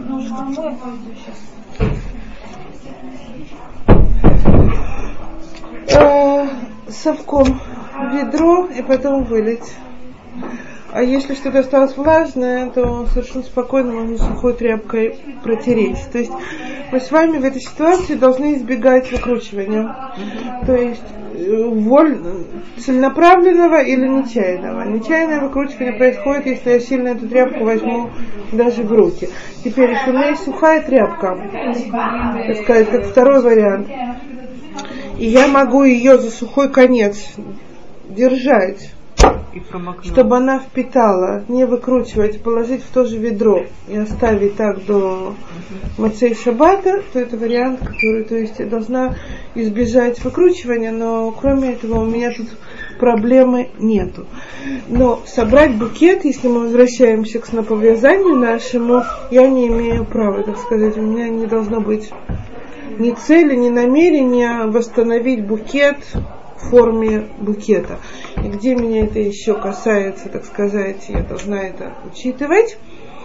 Э, совком ведро и потом вылить. А если что-то осталось влажное, то совершенно спокойно можно сухой тряпкой протереть. То есть мы с вами в этой ситуации должны избегать выкручивания. То есть воль... целенаправленного или нечаянного. Нечаянное выкручивание происходит, если я сильно эту тряпку возьму даже в руки. Теперь, если у меня есть сухая тряпка, так сказать, как второй вариант, и я могу ее за сухой конец держать, чтобы она впитала, не выкручивать, положить в то же ведро и оставить так до Моцей Шаббата, то это вариант, который, то есть я должна избежать выкручивания, но кроме этого у меня тут проблемы нету. Но собрать букет, если мы возвращаемся к сноповязанию нашему, я не имею права, так сказать, у меня не должно быть ни цели, ни намерения восстановить букет в форме букета. И где меня это еще касается, так сказать, я должна это учитывать.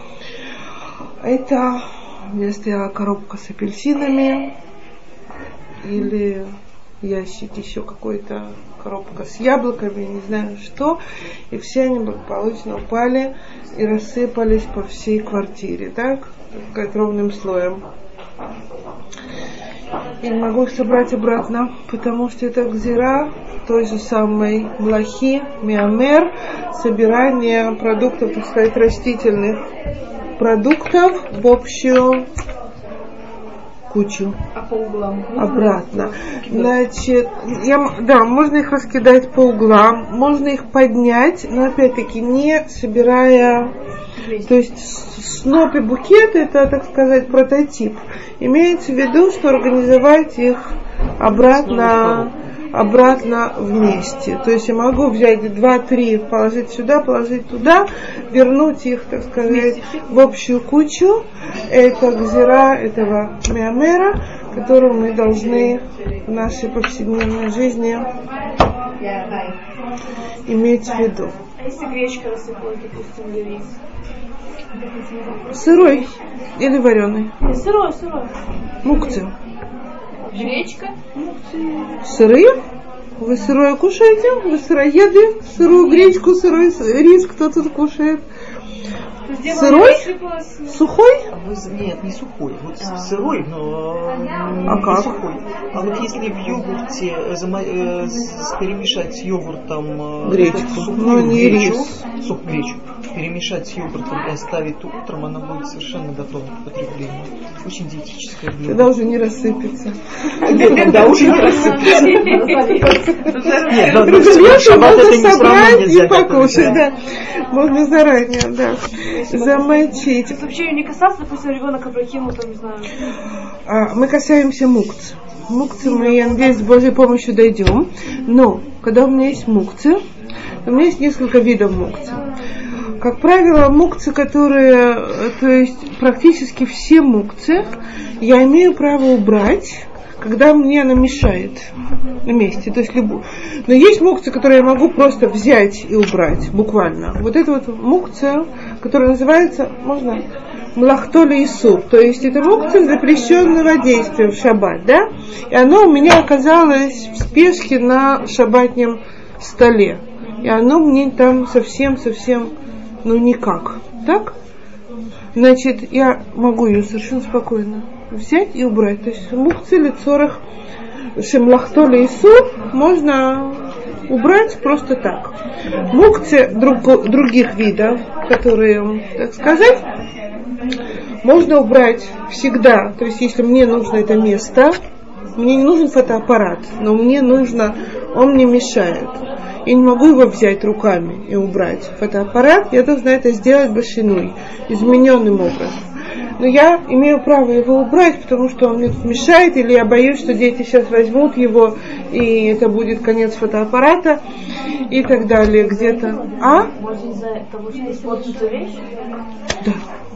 Это у меня стояла коробка с апельсинами или ящик еще какой-то, коробка с яблоками, не знаю что, и все они благополучно упали и рассыпались по всей квартире, так, так сказать, ровным слоем. Я не могу их собрать обратно, потому что это гзира той же самой млахи, миамер, собирание продуктов, так сказать, растительных продуктов в общую кучу. А по углам? Обратно. Значит, я, да, можно их раскидать по углам, можно их поднять, но опять-таки не собирая. То есть сноп и букет это, так сказать, прототип. Имеется в виду, что организовать их обратно, обратно вместе. То есть я могу взять два-три, положить сюда, положить туда, вернуть их, так сказать, в общую кучу. Это гзира этого миамера, которую мы должны в нашей повседневной жизни иметь в виду. А если гречка рассыпалась, допустим, или рис? Сырой или вареный? Сырой, сырой. Мукцы. Гречка? Сырые? Вы сырое кушаете? Вы сыроеды? Сырую гречку, сырой рис кто тут кушает? Сырой? Сухой? А вы, нет, не сухой. Вот а. Сырой, но а не как? Сухой. А вот если в йогурте зама- э, с, перемешать с йогуртом гречку, сухую но не гречу, рис. суп гречу, перемешать с йогуртом и оставить утром, она будет совершенно готова к употреблению. Очень диетическое блюдо. Тогда уже не рассыпется. Нет, тогда уже не рассыпется. Нет, но в шаббат это не собрать нельзя и покушать, да. Можно заранее, да. Замочить. Вообще ее не касаться, допустим, ребенок опрокинул, там, не знаю. А, мы касаемся мукцы. Мукцы мы, я надеюсь, с Божьей помощью дойдем. Но, когда у меня есть мукцы, у меня есть несколько видов мукцы. Как правило, мукцы, которые, то есть практически все мукцы, я имею право убрать, когда мне она мешает на месте. То есть любую. Но есть мукция, которую я могу просто взять и убрать, буквально. Вот это вот мукция, которая называется, можно, млахтоли и суп. То есть это мукция запрещенного действия в шаббат, да? И оно у меня оказалось в спешке на шаббатнем столе. И оно мне там совсем-совсем, ну никак. Так? Значит, я могу ее совершенно спокойно взять и убрать. То есть мукцы лецорах шемлахто лейсур можно убрать просто так. Мукцы друг, других видов, которые, так сказать, можно убрать всегда. То есть если мне нужно это место, мне не нужен фотоаппарат, но мне нужно, он мне мешает. Я не могу его взять руками и убрать фотоаппарат, я должна это сделать башиной, измененным образом. Но я имею право его убрать, потому что он мне тут мешает, или я боюсь, что дети сейчас возьмут его, и это будет конец фотоаппарата, и так далее, где-то. А? Может, из-за того, что испортится вещь? Да.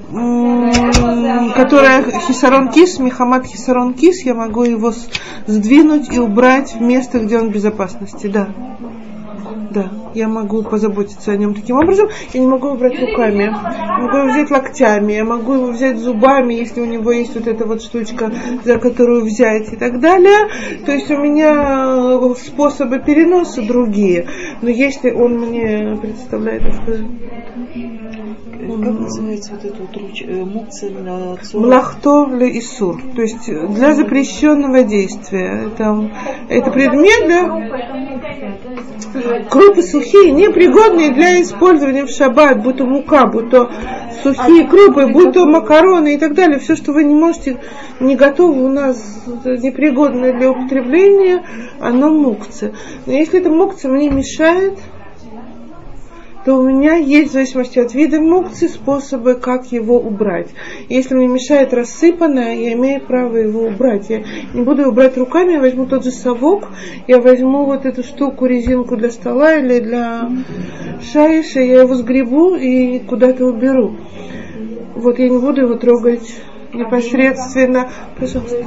Которая хисарон кис, михамад хисарон кис, я могу его сдвинуть и убрать в место, где он в безопасности, да. Да, я могу позаботиться о нем таким образом. Я не могу его брать руками, я могу его взять локтями, я могу его взять зубами, если у него есть вот эта вот штучка, за которую взять и так далее. То есть у меня способы переноса другие. Но если он мне представляет, что... Как называется вот это вот руч... мукция на Млахто ле исур, то есть для запрещенного действия. Это, это предмет для крупы сухие, непригодные для использования в шаббат, будь то мука, будь то сухие крупы, будь то макароны и так далее. Все, что вы не можете, не готовы у нас, непригодное для употребления, оно мукция. Но если это мукция мне мешает, то у меня есть, в зависимости от вида мукции, способы, как его убрать. Если мне мешает рассыпанное, я имею право его убрать. Я не буду его брать руками, я возьму тот же совок, я возьму вот эту штуку, резинку для стола или для шаиша, я его сгребу и куда-то уберу. Вот я не буду его трогать непосредственно. Пожалуйста.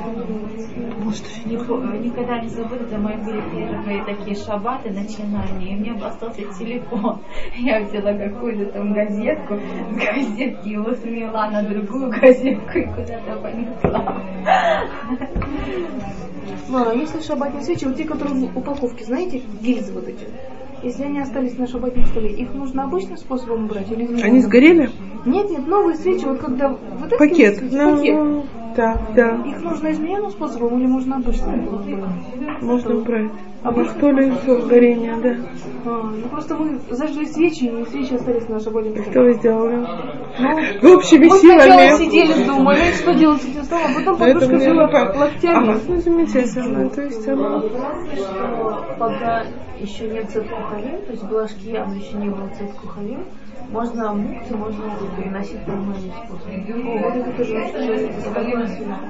Никогда не забуду, это мои были первые такие шаббаты, начинания, и у меня остался телефон. Я взяла какую-то там газетку, с газетки его смела на другую газетку и куда-то понесла. Мама, если шаббатные свечи, вот те, которые в упаковке, знаете, гильзы вот эти, если они остались на шаббатном столе, их нужно обычным способом убрать или нет? Они сгорели? Нет, нет, новые свечи, вот когда вот это пакет. Свечи, Ну, пакет. Да, да. Их нужно измененным способом или можно обычным убрать? Можно убрать. А вы что ли все сгорение, да? А, ну просто вы зажгли свечи, и свечи остались на шаббатном столе. Что вы сделали? Ну, общими мы сначала силами. сидели, думали, что делать с этим столом, а потом бабушка мне взяла не по- локтями. Ага, ну замечательно. То есть она... Что пока еще нет цвет кухарим, то есть блажки, а еще не было цвет кухарим, можно мукцы, можно переносить нормальным способом. О, вот это тоже спокойно.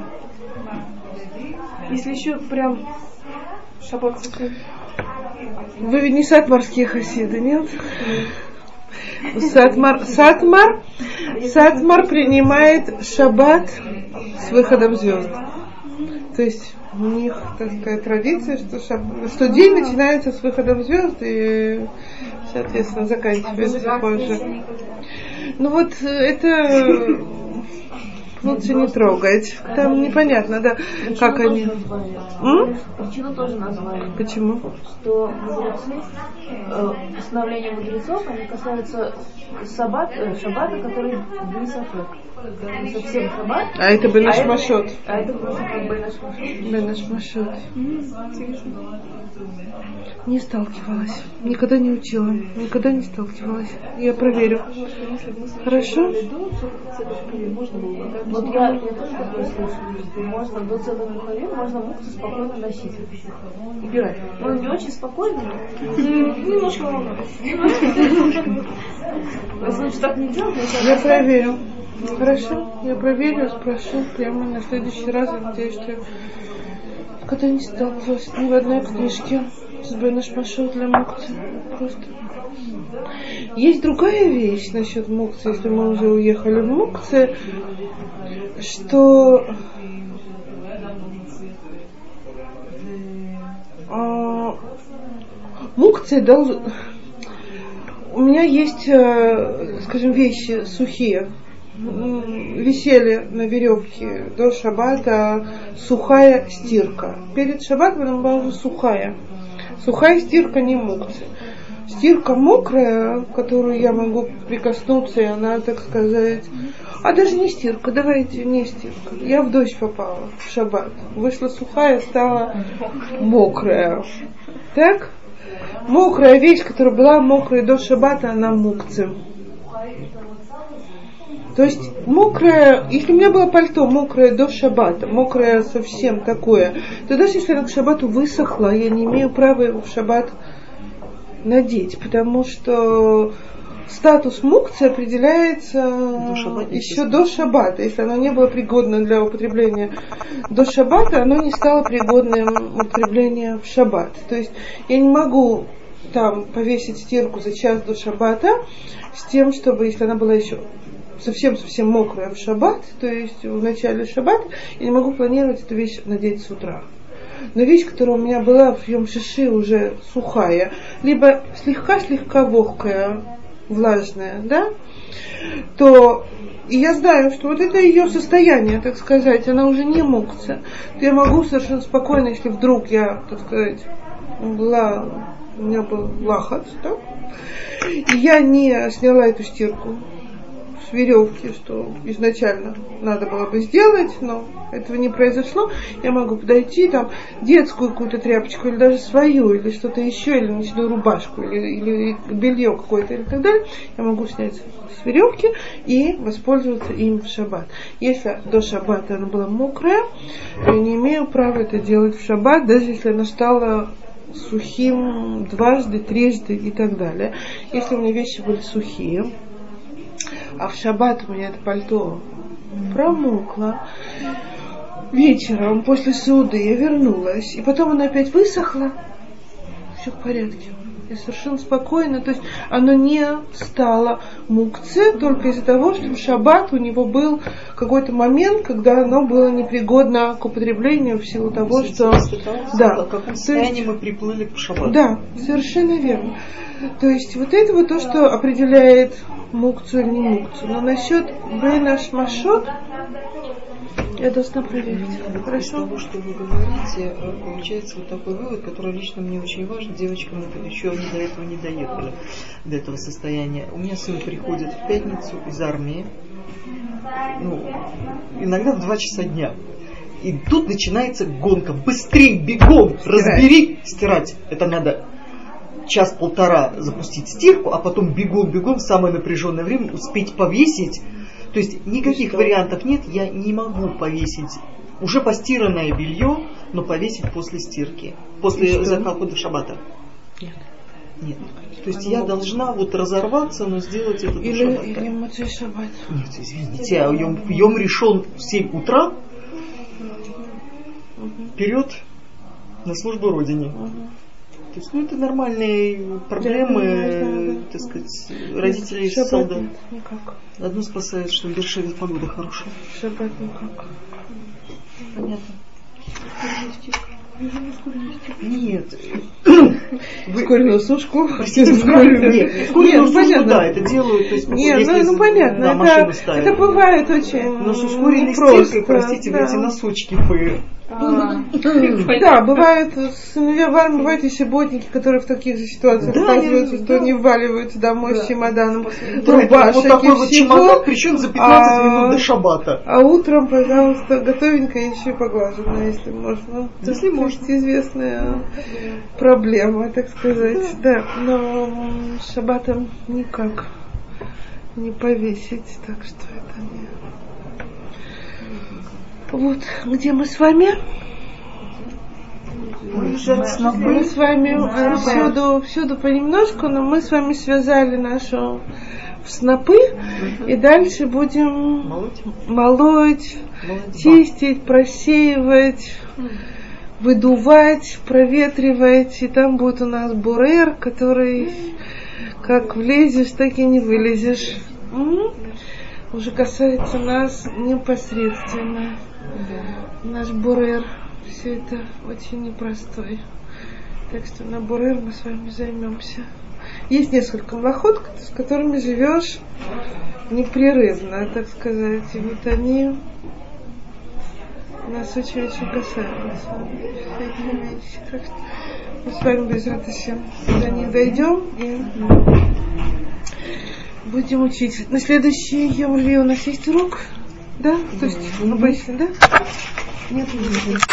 Если еще прям шаббат кухарим. Вы ведь не сатмарские хасиды, нет? Сатмар, Сатмар, Сатмар принимает шаббат с выходом звезд. То есть у них, так сказать, традиция, что, шаб... что день начинается с выходом звезд и, соответственно, заканчивается позже. Ну вот это лучше не трогать. Там непонятно, да, Причину как они. М? Причину тоже назвали. Почему? Что мудрецы, э, постановления мудрецов, они касаются шаббат, э, шаббата, который не сафек. Не совсем шаббат. А это бы наш а машот. Это, а это просто как бы наш машот. Да, наш машот. Не сталкивалась. Никогда не учила. Никогда не сталкивалась. Я проверю. Хорошо? Вот я, я тоже такое слышала, что можно до целых бухарин, можно мукцы спокойно носить вообще. Убирать. Ну, не очень спокойно, но немножко волнуюсь. Лучше так не делать, но Я проверю. Хорошо? Я проверю, спрошу прямо на следующий раз. Я надеюсь, что я никогда не сталкивалась ни в одной книжке с Бенеш Машот для мукцы. Просто. Есть другая вещь насчет мукцы, если мы уже уехали в мукцы, что а, мукцы должен... У меня есть, скажем, вещи сухие, висели на веревке до шаббата, сухая стирка. Перед шаббатом она была уже сухая. Сухая стирка не мукция. Стирка мокрая, к которой я могу прикоснуться, и она, так сказать... А даже не стирка, давайте, не стирка. Я в дождь попала в шаббат. Вышла сухая, стала мокрая. Так? Мокрая вещь, которая была мокрая до шаббата, она мукция. То есть мокрая, если у меня было пальто мокрое до шаббата, мокрое совсем такое, то даже если оно к шаббату высохло, я не имею права его в шаббат надеть, потому что статус мукции определяется до еще до шаббата. Если оно не было пригодно для употребления до шаббата, оно не стало пригодным употребления в шаббат. То есть я не могу там повесить стирку за час до шаббата с тем, чтобы, если она была еще совсем-совсем мокрая в шаббат, то есть в начале шаббата, я не могу планировать эту вещь надеть с утра. Но вещь, которая у меня была в Йом Шиши уже сухая, либо слегка-слегка вогкая, влажная, да, то и я знаю, что вот это ее состояние, так сказать, она уже не мукция, то я могу совершенно спокойно, если вдруг я, так сказать, была, у меня был лахац, да, и я не сняла эту стирку с веревки, что изначально надо было бы сделать, но этого не произошло, я могу подойти, там, детскую какую-то тряпочку, или даже свою, или что-то еще, или ночную рубашку, или, или белье какое-то, или так далее, я могу снять с веревки и воспользоваться им в шаббат. Если до шаббата она была мокрая, то я не имею права это делать в шаббат, даже если она стала сухим дважды, трижды и так далее. Если у меня вещи были сухие, а в шаббат у меня это пальто промокло, вечером после суды я вернулась, и потом оно опять высохло, все в порядке. Я совершенно спокойно, то есть оно не стало мукце только из-за того, что в шаббат у него был какой-то момент, когда оно было непригодно к употреблению в силу того, что... Да, в каком состоянии мы приплыли к шаббату. Да, совершенно верно. То есть вот это вот то, что определяет мукцию или не мукцию. Но насчет бейна шмашот я должна проверить. Хорошо. Из того, что вы говорите, получается вот такой вывод, который лично мне очень важен. Девочкам это еще они до этого не доехали, до этого состояния. У меня сын приходит в пятницу из армии, ну, иногда в два часа дня. И тут начинается гонка. Быстрей, бегом, стирать. разбери, стирать. Это надо час-полтора запустить стирку, а потом бегом-бегом в самое напряженное время успеть повесить. То есть никаких вариантов нет, я не могу повесить уже постиранное белье, но повесить после стирки, после захода шаббата. Нет. Нет. То есть я должна вот разорваться, но сделать это до шаббата. Или Моцей шаббат. Нет, извините, а йом, йом решен в семь утра, вперед на службу Родине. То есть, ну, это нормальные проблемы, так сказать, родителей и солдат. Никак. Одно спасает, что в Бершеве погода хорошая. Шаббат никак. Понятно. Нет. Скорую сушку. Простите, нет, скорую сушку, да, это делают. То есть, нет, если, ну, ну понятно, да, это, ставят, это бывает очень. Но с ускоренной стиркой, простите, да. Эти носочки пы. А, да, бывает, сыновья в армии, бывают и субботники, которые в таких же ситуациях да, сталкиваются, что да. они вваливаются домой да. с чемоданом, да, рубашек вот такой и вот всего. Чемодан, причем за пятнадцать а, минут до шаббата. А утром, пожалуйста, готовенько еще и поглажено, если можно. Если можно. Известная проблема, так сказать. Да, но шаббатом никак не повесить, так что это не... Вот, где мы с вами? Мы с вами всюду, всюду понемножку, но мы с вами связали нашу в снопы, и дальше будем молоть, молоть чистить, просеивать, выдувать, проветривать, и там будет у нас бурер, который как влезешь, так и не вылезешь. М-м? Уже касается нас непосредственно. Да. Наш бурер, все это очень непростой. Так что на бурер мы с вами займемся. Есть несколько млахот, с которыми живешь непрерывно, так сказать. И вот они нас очень-очень касаются. Так что мы с вами без радости до них дойдем и будем учить. На следующий Йом Рви у нас есть урок, да? То есть обычно, да? Нет, нет.